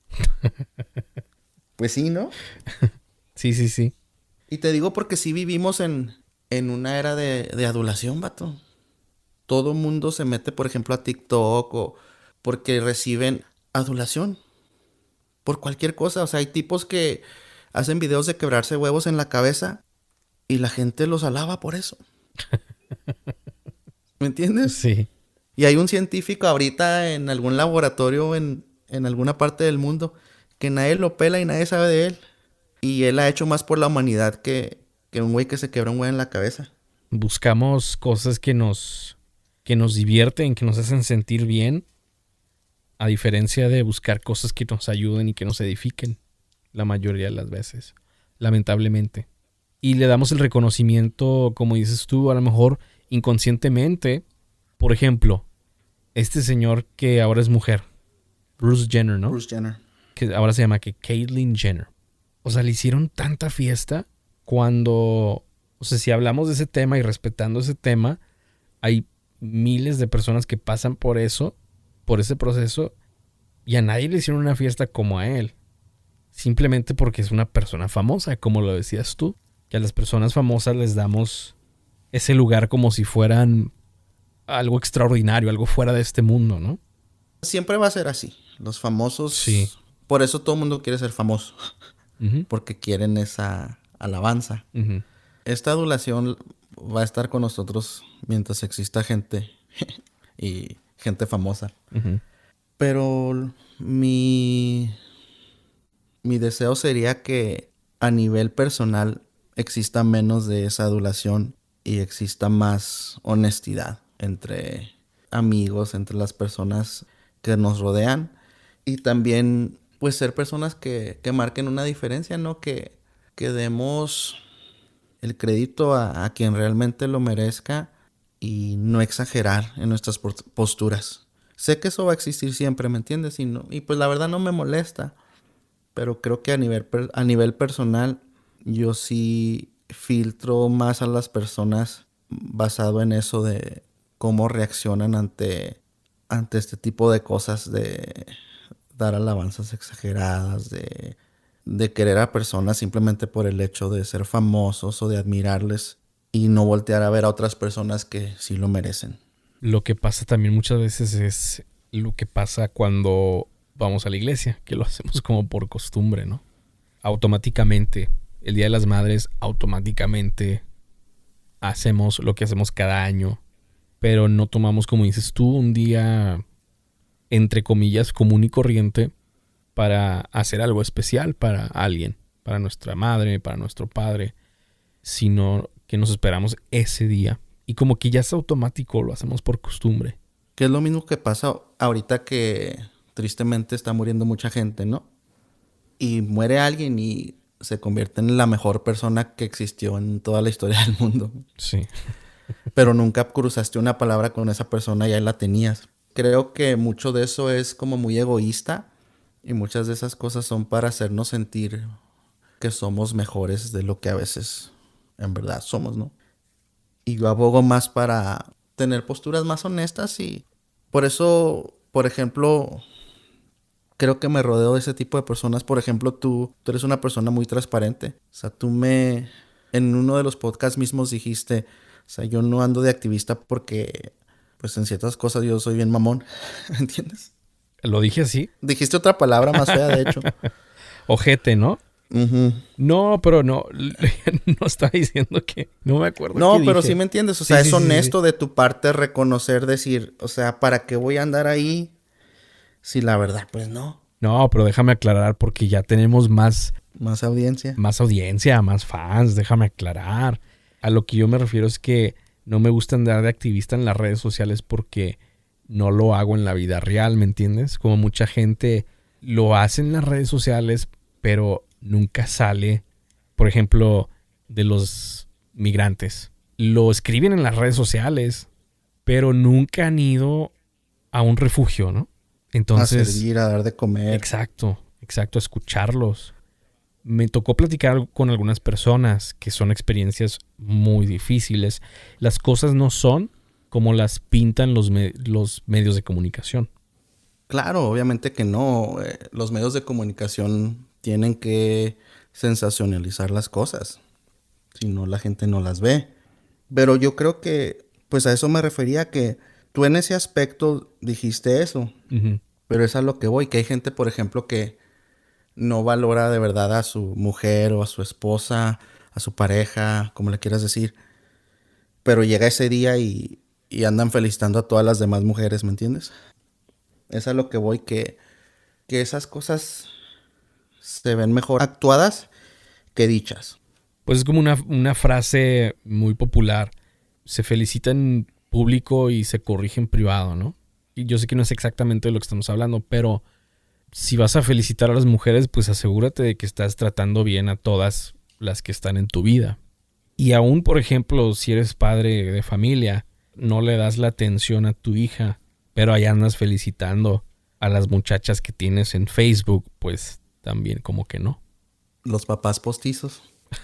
Pues sí, ¿no? Sí, sí, sí. Y te digo porque sí vivimos en, en una era de, de adulación, vato. Todo mundo se mete, por ejemplo, a TikTok o porque reciben adulación por cualquier cosa. O sea, hay tipos que hacen videos de quebrarse huevos en la cabeza y la gente los alaba por eso. ¿Me entiendes? Sí. Y hay un científico ahorita en algún laboratorio en, en alguna parte del mundo que nadie lo pela y nadie sabe de él. Y él ha hecho más por la humanidad que, que un güey que se quebra un güey en la cabeza. Buscamos cosas que nos, que nos divierten, que nos hacen sentir bien, a diferencia de buscar cosas que nos ayuden y que nos edifiquen, la mayoría de las veces, lamentablemente. Y le damos el reconocimiento, como dices tú, a lo mejor inconscientemente. Por ejemplo, este señor que ahora es mujer, Bruce Jenner, ¿no? Bruce Jenner. Que ahora se llama que Caitlyn Jenner. O sea, le hicieron tanta fiesta cuando... O sea, si hablamos de ese tema y respetando ese tema, hay miles de personas que pasan por eso, por ese proceso, y a nadie le hicieron una fiesta como a él. Simplemente porque es una persona famosa, como lo decías tú. Que a las personas famosas les damos ese lugar como si fueran algo extraordinario, algo fuera de este mundo, ¿no? Siempre va a ser así. Los famosos... Sí. Por eso todo el mundo quiere ser famoso. Uh-huh. Porque quieren esa alabanza. Uh-huh. Esta adulación va a estar con nosotros mientras exista gente y gente famosa. Uh-huh. Pero mi, mi deseo sería que a nivel personal exista menos de esa adulación y exista más honestidad entre amigos, entre las personas que nos rodean. Y también, pues, ser personas que, que marquen una diferencia, ¿no? Que, que demos el crédito a, a quien realmente lo merezca y no exagerar en nuestras posturas. Sé que eso va a existir siempre, ¿me entiendes? Y, no, y pues la verdad no me molesta. Pero creo que a nivel, per, a nivel personal yo sí filtro más a las personas basado en eso de cómo reaccionan ante, ante este tipo de cosas, de dar alabanzas exageradas, de... de querer a personas simplemente por el hecho de ser famosos o de admirarles y no voltear a ver a otras personas que sí lo merecen. Lo que pasa también muchas veces es lo que pasa cuando vamos a la iglesia, que lo hacemos como por costumbre, ¿no? Automáticamente, el Día de las Madres, automáticamente hacemos lo que hacemos cada año, pero no tomamos, como dices tú, un día, entre comillas, común y corriente, para hacer algo especial para alguien, para nuestra madre, para nuestro padre, sino que nos esperamos ese día. Y como que ya es automático, lo hacemos por costumbre. Que es lo mismo que pasa ahorita que tristemente está muriendo mucha gente, ¿no? Y muere alguien y se convierte en la mejor persona que existió en toda la historia del mundo. Sí. Pero nunca cruzaste una palabra con esa persona y ahí la tenías. Creo que mucho de eso es como muy egoísta. Y muchas de esas cosas son para hacernos sentir que somos mejores de lo que a veces en verdad somos, ¿no? Y yo abogo más para tener posturas más honestas y por eso, por ejemplo, creo que me rodeo de ese tipo de personas. Por ejemplo, tú, tú eres una persona muy transparente. O sea, tú me... En uno de los podcasts mismos dijiste, o sea, yo no ando de activista porque, pues en ciertas cosas yo soy bien mamón, ¿entiendes? ¿Lo dije así? Dijiste otra palabra más fea, de hecho. Ojete, ¿no? Uh-huh. No, pero no. No estaba diciendo que... No me acuerdo. No, qué pero dije. sí me entiendes. O sea, sí, es sí, honesto sí, sí. de tu parte reconocer, decir, o sea, ¿para qué voy a andar ahí? Si la verdad, pues no. No, pero déjame aclarar porque ya tenemos más... Más audiencia. Más audiencia, más fans. Déjame aclarar. A lo que yo me refiero es que no me gusta andar de activista en las redes sociales porque no lo hago en la vida real, ¿me entiendes? Como mucha gente lo hace en las redes sociales, pero nunca sale, por ejemplo, de los migrantes. Lo escriben en las redes sociales, pero nunca han ido a un refugio, ¿no? Entonces, a servir, a dar de comer. Exacto, exacto, a escucharlos. Me tocó platicar con algunas personas que son experiencias muy difíciles. Las cosas no son como las pintan los, me- los medios de comunicación. Claro, obviamente que no. Eh, los medios de comunicación tienen que sensacionalizar las cosas. Si no, la gente no las ve. Pero yo creo que, pues a eso me refería, que tú en ese aspecto dijiste eso. Ujú. Pero es a lo que voy, que hay gente, por ejemplo, que no valora de verdad a su mujer o a su esposa, a su pareja, como le quieras decir. Pero llega ese día y, y andan felicitando a todas las demás mujeres, ¿me entiendes? Es a lo que voy, que, que esas cosas se ven mejor actuadas que dichas. Pues es como una, una frase muy popular. Se felicita en público y se corrige en privado, ¿no? Y yo sé que no es exactamente de lo que estamos hablando, pero si vas a felicitar a las mujeres, pues asegúrate de que estás tratando bien a todas las que están en tu vida. Y aún, por ejemplo, si eres padre de familia, no le das la atención a tu hija, pero ahí andas felicitando a las muchachas que tienes en Facebook, pues también como que no. Los papás postizos.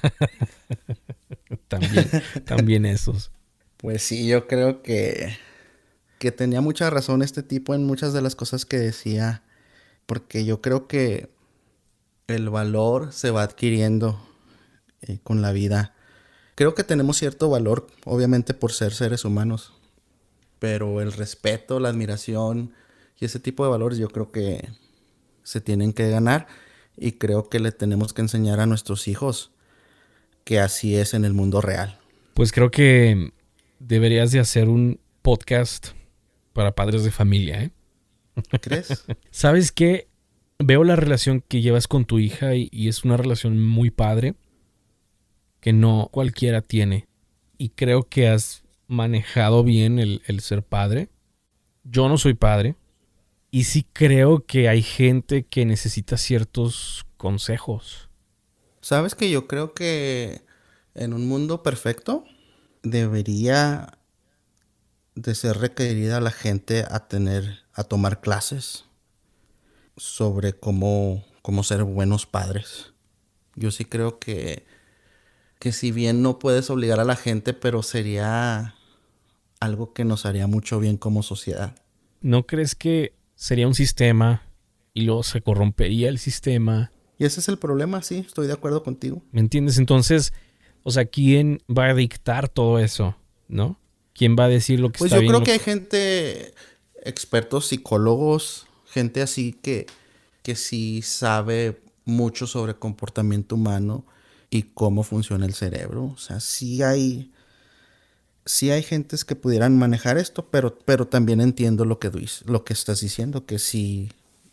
También, también esos. Pues sí, yo creo que, que tenía mucha razón este tipo en muchas de las cosas que decía. Porque yo creo que el valor se va adquiriendo eh, con la vida. Creo que tenemos cierto valor, obviamente por ser seres humanos. Pero el respeto, la admiración y ese tipo de valores yo creo que se tienen que ganar. Y creo que le tenemos que enseñar a nuestros hijos que así es en el mundo real. Pues creo que deberías de hacer un podcast para padres de familia, ¿eh? ¿Crees? ¿Sabes qué? Veo la relación que llevas con tu hija y, y es una relación muy padre que no cualquiera tiene. Y creo que has manejado bien el, el ser padre. Yo no soy padre y sí creo que hay gente que necesita ciertos consejos. ¿Sabes que yo creo que en un mundo perfecto debería de ser requerida la gente a tener, a tomar clases sobre cómo, cómo ser buenos padres? Yo sí creo que, que si bien no puedes obligar a la gente, pero sería algo que nos haría mucho bien como sociedad. ¿No crees que sería un sistema y luego se corrompería el sistema? Y ese es el problema, sí, estoy de acuerdo contigo. ¿Me entiendes? Entonces, o sea, ¿quién va a dictar todo eso? ¿No? ¿Quién va a decir lo que Pues está yo bien? creo lo que hay que- gente, expertos, psicólogos, gente así que, que sí sabe mucho sobre comportamiento humano y cómo funciona el cerebro. O sea, sí hay, sí hay gentes que pudieran manejar esto, pero, pero también entiendo lo que, duis- lo que estás diciendo, que sí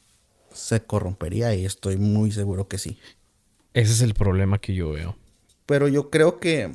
se corrompería y estoy muy seguro que sí. Ese es el problema que yo veo. Pero yo creo que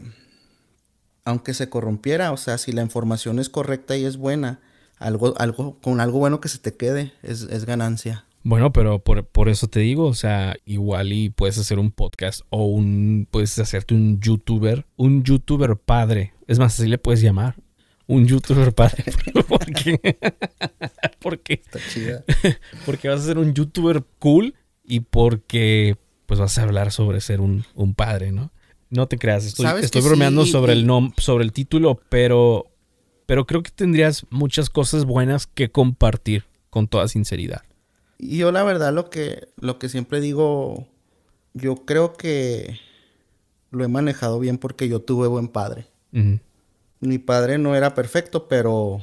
aunque se corrompiera, o sea, si la información es correcta y es buena, algo, algo, con algo bueno que se te quede, es, es ganancia. Bueno, pero por, por eso te digo, o sea, igual y puedes hacer un podcast o un, puedes hacerte un youtuber, un youtuber padre. Es más, así le puedes llamar. Un youtuber padre. ¿Por qué? Porque, Está chida. porque vas a ser un youtuber cool y porque pues vas a hablar sobre ser un, un padre, ¿no? No te creas, estoy, ¿Sabes estoy que bromeando sí? sobre Y, el nom, sobre el título, pero, pero creo que tendrías muchas cosas buenas que compartir con toda sinceridad. y yo la verdad lo que, lo que siempre digo, yo creo que lo he manejado bien porque yo tuve buen padre. Ujú. Mi padre no era perfecto, pero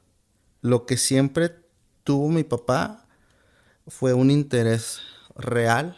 lo que siempre tuvo mi papá fue un interés real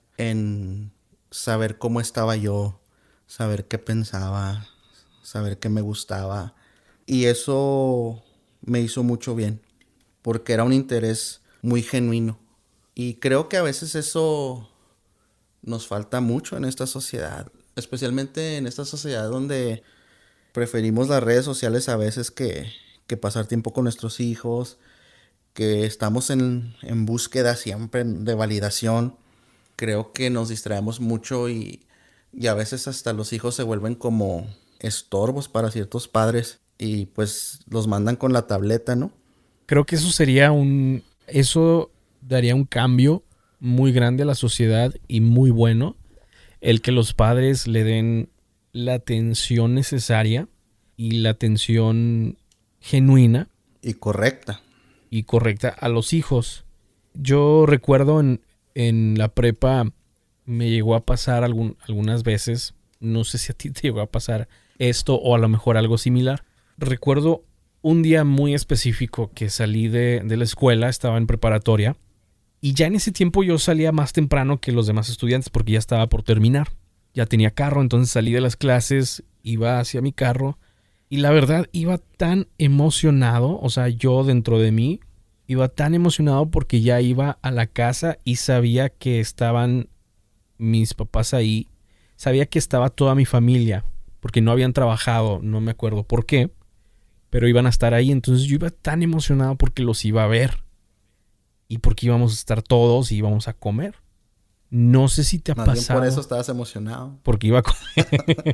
en saber cómo estaba yo, saber qué pensaba, saber qué me gustaba. Y eso me hizo mucho bien, porque era un interés muy genuino. Y creo que a veces eso nos falta mucho en esta sociedad, especialmente en esta sociedad donde Preferimos las redes sociales a veces que, que pasar tiempo con nuestros hijos, que estamos en, en búsqueda siempre de validación. Creo que nos distraemos mucho y, y a veces hasta los hijos se vuelven como estorbos para ciertos padres y pues los mandan con la tableta, ¿no? Creo que eso sería un... Eso daría un cambio muy grande a la sociedad y muy bueno. El que los padres le den la atención necesaria y la atención genuina. Y correcta. Y correcta a los hijos. Yo recuerdo en, en la prepa me llegó a pasar algún, algunas veces, no sé si a ti te llegó a pasar esto o a lo mejor algo similar. Recuerdo un día muy específico que salí de, de la escuela, estaba en preparatoria y ya en ese tiempo yo salía más temprano que los demás estudiantes porque ya estaba por terminar. Ya tenía carro, entonces salí de las clases, iba hacia mi carro y la verdad iba tan emocionado, o sea, yo dentro de mí iba tan emocionado porque ya iba a la casa y sabía que estaban mis papás ahí, sabía que estaba toda mi familia porque no habían trabajado, no me acuerdo por qué, pero iban a estar ahí, entonces yo iba tan emocionado porque los iba a ver y porque íbamos a estar todos y íbamos a comer. No sé si te ha Más bien pasado. por eso estabas emocionado. Porque iba a comer.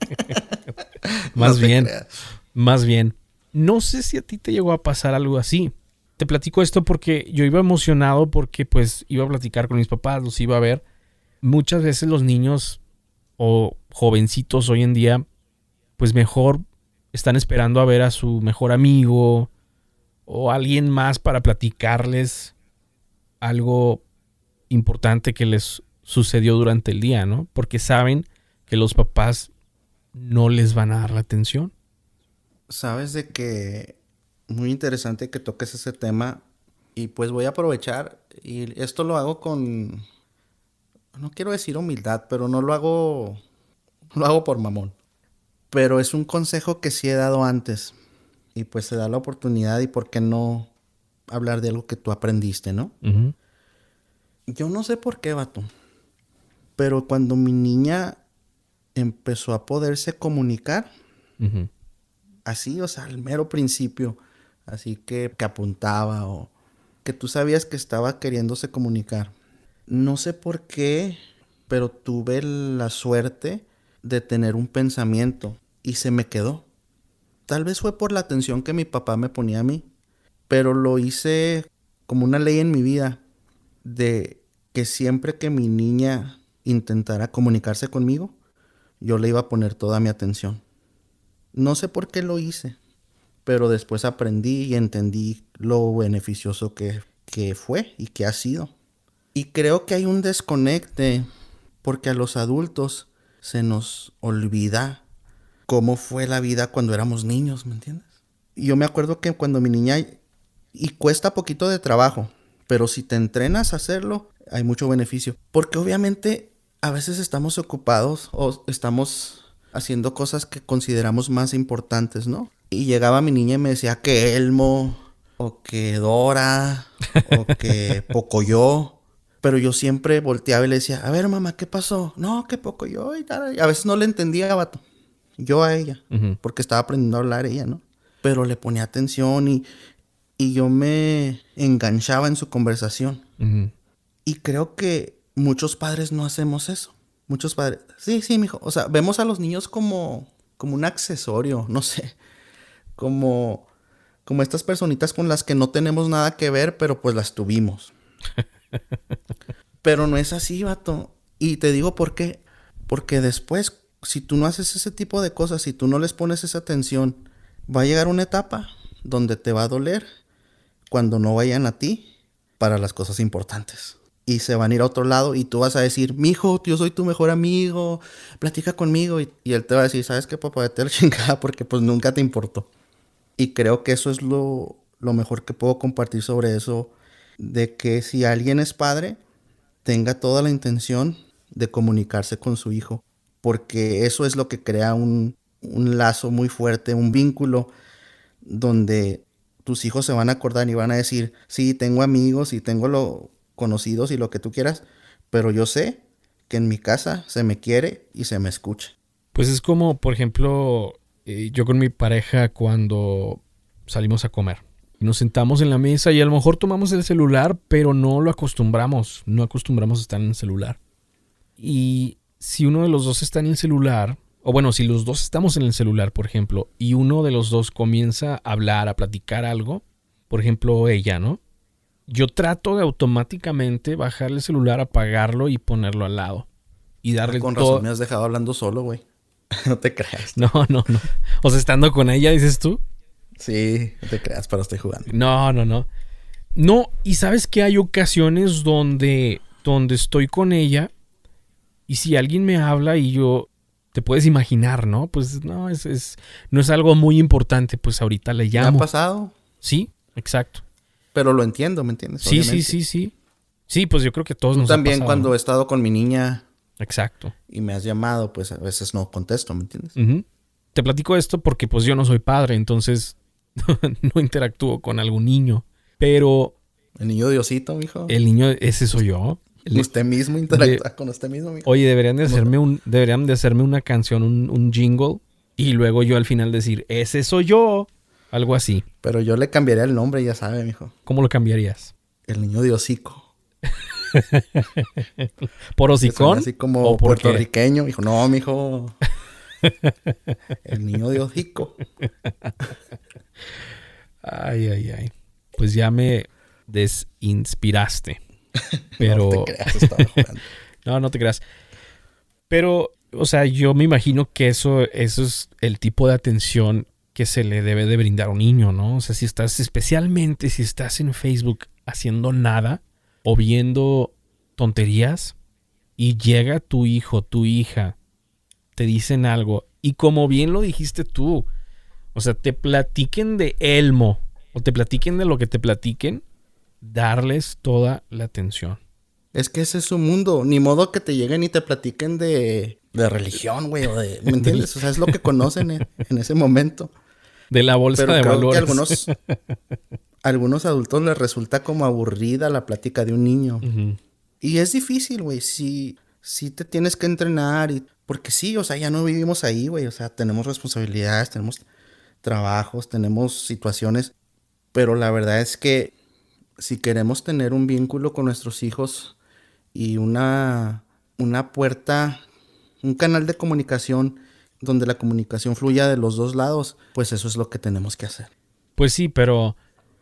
Más No te bien, creas. más bien. No sé si a ti te llegó a pasar algo así. Te platico esto porque yo iba emocionado porque pues iba a platicar con mis papás, los iba a ver. Muchas veces los niños o jovencitos hoy en día pues mejor están esperando a ver a su mejor amigo o alguien más para platicarles algo importante que les sucedió durante el día, ¿no? Porque saben que los papás no les van a dar la atención. Sabes de que muy interesante que toques ese tema y pues voy a aprovechar y esto lo hago con, no quiero decir humildad, pero no lo hago, lo hago por mamón. Pero es un consejo que sí he dado antes y pues se da la oportunidad y por qué no hablar de algo que tú aprendiste, ¿no? Uh-huh. Yo no sé por qué, vato, pero cuando mi niña empezó a poderse comunicar, Uh-huh. así, o sea, al mero principio, así que, que apuntaba o que tú sabías que estaba queriéndose comunicar. No sé por qué, pero tuve la suerte de tener un pensamiento y se me quedó. Tal vez fue por la atención que mi papá me ponía a mí, pero lo hice como una ley en mi vida de que siempre que mi niña intentara comunicarse conmigo, yo le iba a poner toda mi atención. No sé por qué lo hice, pero después aprendí y entendí lo beneficioso que, que fue y que ha sido. Y creo que hay un desconecte porque a los adultos se nos olvida cómo fue la vida cuando éramos niños, ¿me entiendes? Y yo me acuerdo que cuando mi niña, y cuesta poquito de trabajo, pero si te entrenas a hacerlo, hay mucho beneficio. Porque obviamente a veces estamos ocupados o estamos haciendo cosas que consideramos más importantes, ¿no? Y llegaba mi niña y me decía que Elmo, o que Dora, o que Pocoyo. Pero yo siempre volteaba y le decía, a ver, mamá, ¿qué pasó? No, que Pocoyo y tal. Y a veces no le entendía, vato. Yo a ella. Uh-huh. Porque estaba aprendiendo a hablar ella, ¿no? Pero le ponía atención y, y yo me enganchaba en su conversación. Uh-huh. Y creo que muchos padres no hacemos eso. Muchos padres, sí, sí, mijo. O sea, vemos a los niños como, como un accesorio, no sé. Como, como estas personitas con las que no tenemos nada que ver, pero pues las tuvimos. Pero no es así, vato. Y te digo por qué. Porque después, si tú no haces ese tipo de cosas, si tú no les pones esa atención, va a llegar una etapa donde te va a doler cuando no vayan a ti para las cosas importantes. Y se van a ir a otro lado y tú vas a decir, mijo, yo soy tu mejor amigo, platica conmigo. Y, y él te va a decir, ¿sabes qué, papá? Vete a la chingada porque pues nunca te importó. Y creo que eso es lo, lo mejor que puedo compartir sobre eso, de que si alguien es padre, tenga toda la intención de comunicarse con su hijo. Porque eso es lo que crea un, un lazo muy fuerte, un vínculo donde tus hijos se van a acordar y van a decir, sí, tengo amigos y tengo lo conocidos y lo que tú quieras, pero yo sé que en mi casa se me quiere y se me escucha. Pues es como, por ejemplo, eh, yo con mi pareja cuando salimos a comer. Nos sentamos en la mesa y a lo mejor tomamos el celular, pero no lo acostumbramos. No acostumbramos a estar en el celular. Y si uno de los dos está en el celular, o bueno, si los dos estamos en el celular, por ejemplo, y uno de los dos comienza a hablar, a platicar algo, por ejemplo, ella, ¿no? Yo trato de automáticamente bajar el celular, apagarlo y ponerlo al lado. Y darle Ah, con todo... razón me has dejado hablando solo, güey. No te creas. No, no, no. O sea, estando con ella, dices tú. Sí, no te creas, pero estoy jugando. No, no, no. No, y sabes que hay ocasiones donde, donde estoy con ella y si alguien me habla y yo, te puedes imaginar, ¿no? Pues no, es, es, no es algo muy importante, pues ahorita le ¿Me llamo. ha pasado? Sí, exacto. Pero lo entiendo, ¿me entiendes? Sí, Obviamente. sí, sí, sí. Sí, pues yo creo que todos Tú nos ha también pasado, cuando ¿no? he estado con mi niña Exacto. y me has llamado, pues a veces no contesto, ¿me entiendes? Ujú. Te platico esto porque pues yo no soy padre, entonces no interactúo con algún niño. Pero El niño Diosito, mijo. el niño, ese soy yo. El- Usted mismo interactúa con usted mismo, mijo. Oye, deberían de hacerme un, deberían de hacerme una canción, un, un jingle, y luego yo al final decir, ese soy yo. Algo así. Pero yo le cambiaría el nombre, ya sabe, mijo. ¿Cómo lo cambiarías? El niño Diosico. ¿Por Que suena hocicón? así como ¿O por qué? puertorriqueño. Dijo, no, mijo. El niño Diosico. Ay, ay, ay. Pues ya me desinspiraste. Pero... No te creas, estaba jugando. No, no te creas. Pero, o sea, yo me imagino que eso, eso es el tipo de atención que se le debe de brindar a un niño, ¿no? O sea, si estás, especialmente si estás en Facebook haciendo nada o viendo tonterías y llega tu hijo, tu hija, te dicen algo y como bien lo dijiste tú, o sea, te platiquen de Elmo o te platiquen de lo que te platiquen, darles toda la atención. Es que ese es su mundo. Ni modo que te lleguen y te platiquen de, de religión, güey. O de, ¿me entiendes? O sea, es lo que conocen en, en ese momento. De la bolsa Pero de creo valores. que algunos, algunos adultos les resulta como aburrida la plática de un niño. Ujú. Y es difícil, güey. Sí, sí te tienes que entrenar. Y, porque sí, o sea, ya no vivimos ahí, güey. O sea, tenemos responsabilidades, tenemos trabajos, tenemos situaciones. Pero la verdad es que si queremos tener un vínculo con nuestros hijos y una, una puerta, un canal de comunicación donde la comunicación fluya de los dos lados, pues eso es lo que tenemos que hacer. Pues sí, pero,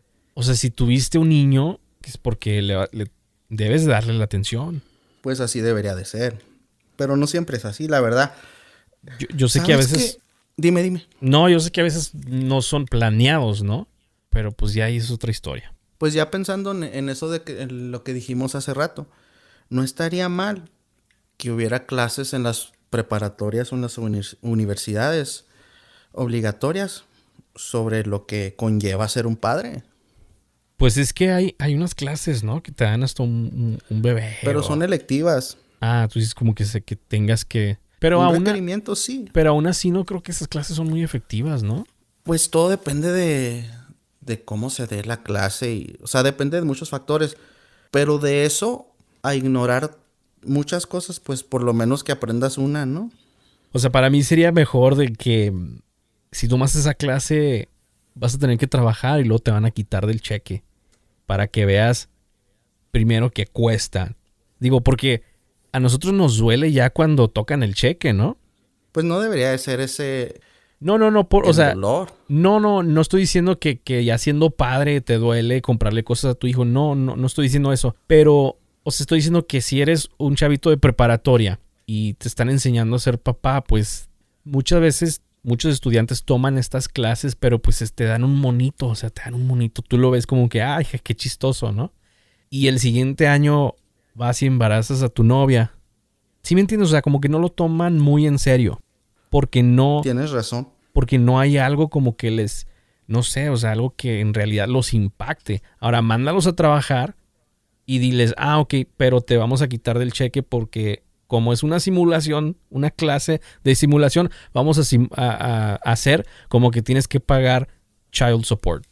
o sea, si tuviste un niño, es porque le, le- debes darle la atención. Pues así debería de ser. Pero no siempre es así, la verdad. Yo, yo sé que a ¿Sabes veces... qué? Dime, dime. No, yo sé que a veces no son planeados, ¿no? Pero pues ya ahí es otra historia. Pues ya pensando en, en eso de que, en lo que dijimos hace rato, no estaría mal que hubiera clases en las preparatorias o en las unir- universidades obligatorias sobre lo que conlleva ser un padre. Pues es que hay, hay unas clases, ¿no? Que te dan hasta un, un- un bebé. Pero o- son electivas. Ah, tú dices como que, se, que tengas que... Pero un aún, requerimiento, sí. pero aún así no creo que esas clases son muy efectivas, ¿no? Pues todo depende de, de cómo se dé la clase. Y, o sea, depende de muchos factores. Pero de eso a ignorar muchas cosas, pues por lo menos que aprendas una, ¿no? O sea, para mí sería mejor de que mm, si tomas esa clase vas a tener que trabajar y luego te van a quitar del cheque para que veas primero que cuesta. Digo, porque a nosotros nos duele ya cuando tocan el cheque, ¿no? Pues no debería de ser ese No, no, no, por, o el sea, dolor. no, no, no estoy diciendo que, que ya siendo padre te duele comprarle cosas a tu hijo. No, no, no estoy diciendo eso. Pero, o sea, estoy diciendo que si eres un chavito de preparatoria y te están enseñando a ser papá, pues muchas veces muchos estudiantes toman estas clases, pero pues te dan un monito, o sea, te dan un monito. Tú lo ves como que, ay, qué chistoso, ¿no? Y el siguiente año vas y embarazas a tu novia. ¿Sí me entiendes? O sea, como que no lo toman muy en serio. Porque no... Tienes razón. Porque no hay algo como que les, no sé, o sea, algo que en realidad los impacte. Ahora, mándalos a trabajar y diles, ah, ok, pero te vamos a quitar del cheque porque como es una simulación, una clase de simulación, vamos a, sim- a- a hacer como que tienes que pagar child support.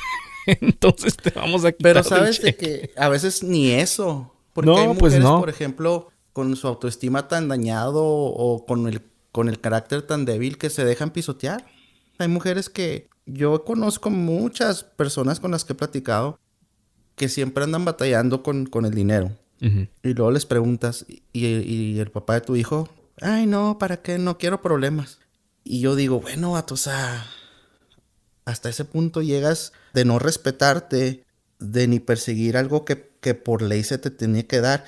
Entonces te vamos a quitar Pero del sabes de cheque. que a veces ni eso. Porque No, hay mujeres, pues no. por ejemplo, con su autoestima tan dañado o con el, con el carácter tan débil que se dejan pisotear. Hay mujeres que yo conozco muchas personas con las que he platicado que siempre andan batallando con, con el dinero. Uh-huh. Y luego les preguntas, ¿y, y el papá de tu hijo? Ay, no, ¿para qué? No quiero problemas. Y yo digo, bueno, vato, o sea, hasta ese punto llegas de no respetarte, de ni perseguir algo que, que por ley se te tenía que dar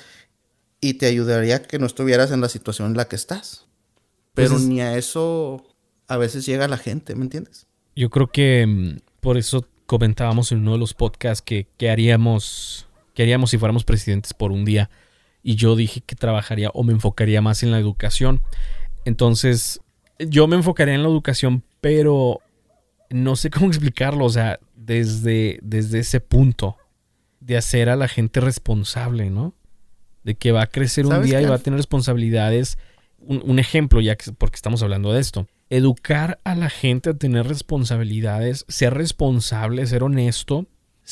y te ayudaría que no estuvieras en la situación en la que estás. Pero Pues es- ni a eso a veces llega la gente, ¿me entiendes? yo creo que mm, por eso comentábamos en uno de los podcasts que, que haríamos, que haríamos si fuéramos presidentes por un día. Y yo dije que trabajaría o me enfocaría más en la educación. Entonces, yo me enfocaría en la educación, pero no sé cómo explicarlo. O sea, desde, desde ese punto de hacer a la gente responsable, ¿no? De que va a crecer un ¿Sabes día y qué? va a tener responsabilidades. Un, un ejemplo, ya que porque estamos hablando de esto. Educar a la gente a tener responsabilidades, ser responsable, ser honesto.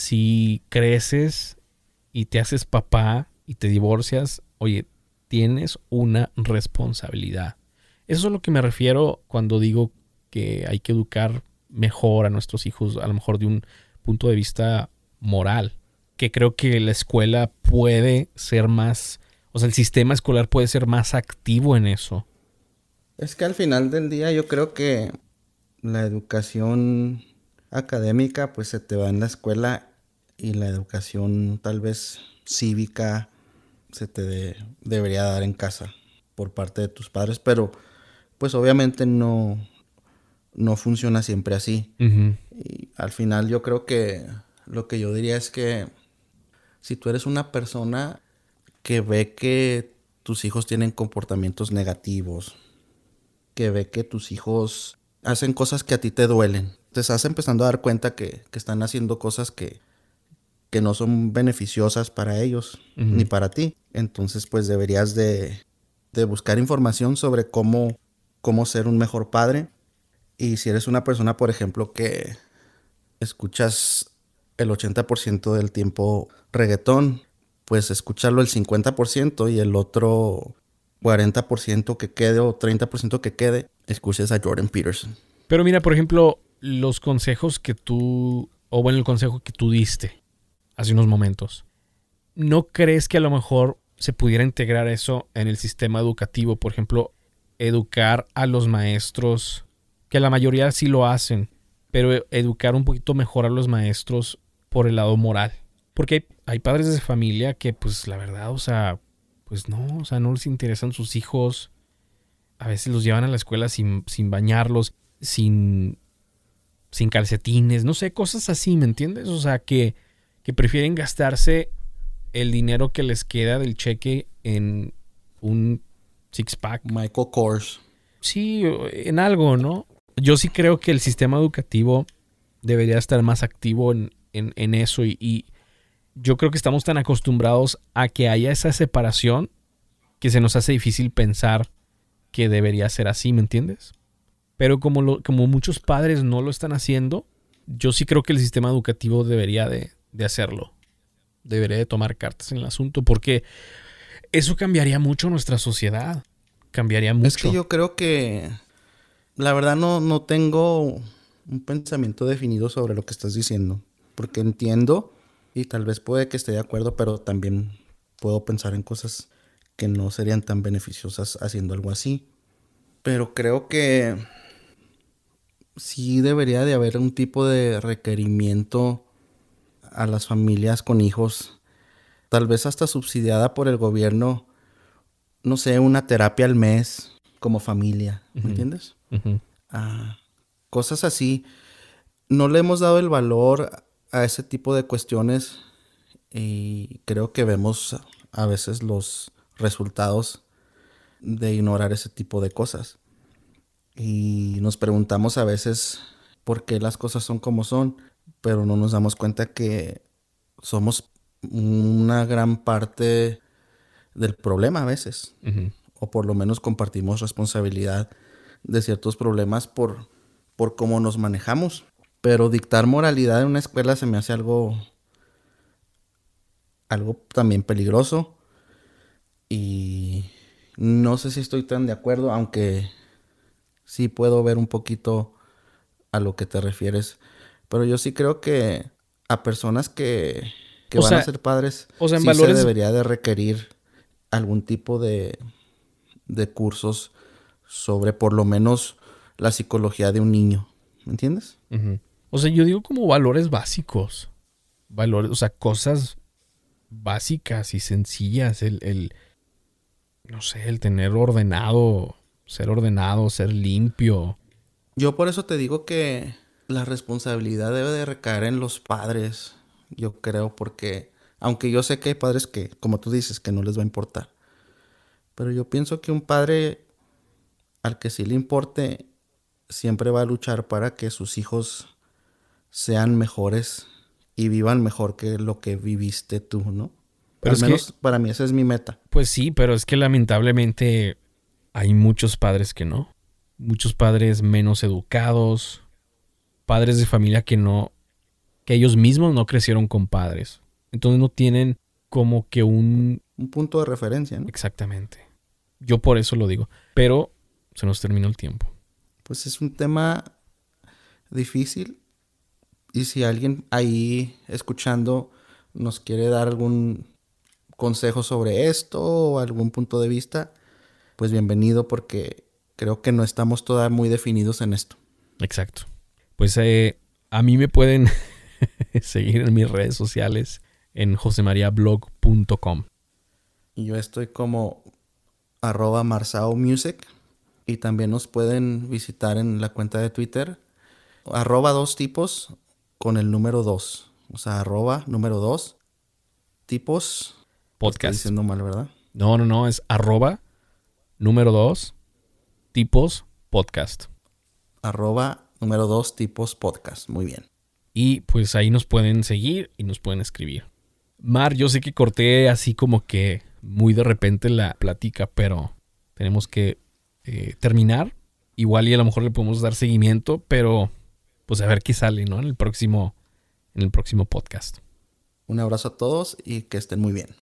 Si creces y te haces papá y te divorcias, oye, tienes una responsabilidad. Eso es a lo que me refiero cuando digo que hay que educar mejor a nuestros hijos, a lo mejor de un punto de vista moral. Que creo que la escuela puede ser más, o sea, el sistema escolar puede ser más activo en eso. Es que al final del día yo creo que la educación académica pues se te va en la escuela y la educación tal vez cívica se te de- debería dar en casa por parte de tus padres, pero pues obviamente no, no funciona siempre así. Uh-huh. Y al final yo creo que lo que yo diría es que si tú eres una persona que ve que tus hijos tienen comportamientos negativos, que ve que tus hijos hacen cosas que a ti te duelen, te estás empezando a dar cuenta que, que están haciendo cosas que, que no son beneficiosas para ellos Uh-huh. ni para ti. Entonces pues deberías de, de buscar información sobre cómo, cómo ser un mejor padre. Y si eres una persona, por ejemplo, que escuchas el ochenta por ciento del tiempo reggaetón, pues escúchalo el cincuenta por ciento y el otro cuarenta por ciento que quede o treinta por ciento que quede, escuches a Jordan Peterson. Pero mira, por ejemplo, los consejos que tú, o bueno, el consejo que tú diste hace unos momentos, ¿no crees que a lo mejor se pudiera integrar eso en el sistema educativo? Por ejemplo, educar a los maestros, que la mayoría sí lo hacen, pero educar un poquito mejor a los maestros por el lado moral. Porque hay, hay padres de familia que, pues, la verdad, o sea, pues no, o sea, no les interesan sus hijos. A veces los llevan a la escuela sin, sin bañarlos, sin, sin calcetines, no sé, cosas así, ¿me entiendes? O sea, que, que prefieren gastarse el dinero que les queda del cheque en un six-pack. Michael Kors. Sí, en algo, ¿no? Yo sí creo que el sistema educativo debería estar más activo en, en, en eso y, y yo creo que estamos tan acostumbrados a que haya esa separación que se nos hace difícil pensar que debería ser así, ¿me entiendes? Pero como, lo, como muchos padres no lo están haciendo, yo sí creo que el sistema educativo debería de, de hacerlo. Debería de tomar cartas en el asunto porque eso cambiaría mucho nuestra sociedad. Cambiaría mucho. Es que yo creo que la verdad no, no tengo un pensamiento definido sobre lo que estás diciendo. Porque entiendo y tal vez puede que esté de acuerdo, pero también puedo pensar en cosas que no serían tan beneficiosas haciendo algo así. Pero creo que sí debería de haber un tipo de requerimiento a las familias con hijos, tal vez hasta subsidiada por el gobierno, no sé, una terapia al mes como familia, ¿me Uh-huh. entiendes? Uh-huh. Ah, cosas así. No le hemos dado el valor a ese tipo de cuestiones y creo que vemos a veces los resultados de ignorar ese tipo de cosas. Y nos preguntamos a veces por qué las cosas son como son, pero no nos damos cuenta que somos una gran parte del problema a veces. Uh-huh. O por lo menos compartimos responsabilidad de ciertos problemas por, por cómo nos manejamos. Pero dictar moralidad en una escuela se me hace algo, algo también peligroso. Y no sé si estoy tan de acuerdo, aunque sí puedo ver un poquito a lo que te refieres. Pero yo sí creo que a personas que, que O van sea, a ser padres, o sea, en sí valores- se debería de requerir algún tipo de, de cursos sobre por lo menos la psicología de un niño. ¿Me entiendes? Ujú. O sea, yo digo como valores básicos. Valores, o sea, cosas básicas y sencillas. El, el, no sé, el tener ordenado, ser ordenado, ser limpio. Yo por eso te digo que la responsabilidad debe de recaer en los padres, yo creo, porque aunque yo sé que hay padres que, como tú dices, que no les va a importar, pero yo pienso que un padre al que sí le importe siempre va a luchar para que sus hijos sean mejores y vivan mejor que lo que viviste tú, ¿no? Pero Al es que, menos para mí esa es mi meta. pues sí, pero es que lamentablemente hay muchos padres que no. Muchos padres menos educados. Padres de familia que no, que ellos mismos no crecieron con padres. Entonces no tienen como que un... Un punto de referencia, ¿no? Exactamente. Yo por eso lo digo. Pero se nos terminó el tiempo. Pues es un tema difícil. Y si alguien ahí escuchando nos quiere dar algún consejo sobre esto o algún punto de vista, pues bienvenido porque creo que no estamos todavía muy definidos en esto. Exacto. Pues eh, a mí me pueden seguir en mis redes sociales en josemariablog punto com. Y yo estoy como arroba Marsao Music y también nos pueden visitar en la cuenta de Twitter arroba dos tipos con el número dos. O sea, arroba número dos tipos. Lo estoy Podcast. diciendo mal, ¿verdad? No, no, no. Es arroba número dos tipos podcast. Arroba número dos tipos podcast. Muy bien. Y pues ahí nos pueden seguir y nos pueden escribir. Mar, yo sé que corté así como que muy de repente la plática, pero tenemos que eh, terminar. Igual y a lo mejor le podemos dar seguimiento, pero pues a ver qué sale, ¿no? En el próximo, en el próximo podcast. Un abrazo a todos y que estén muy bien.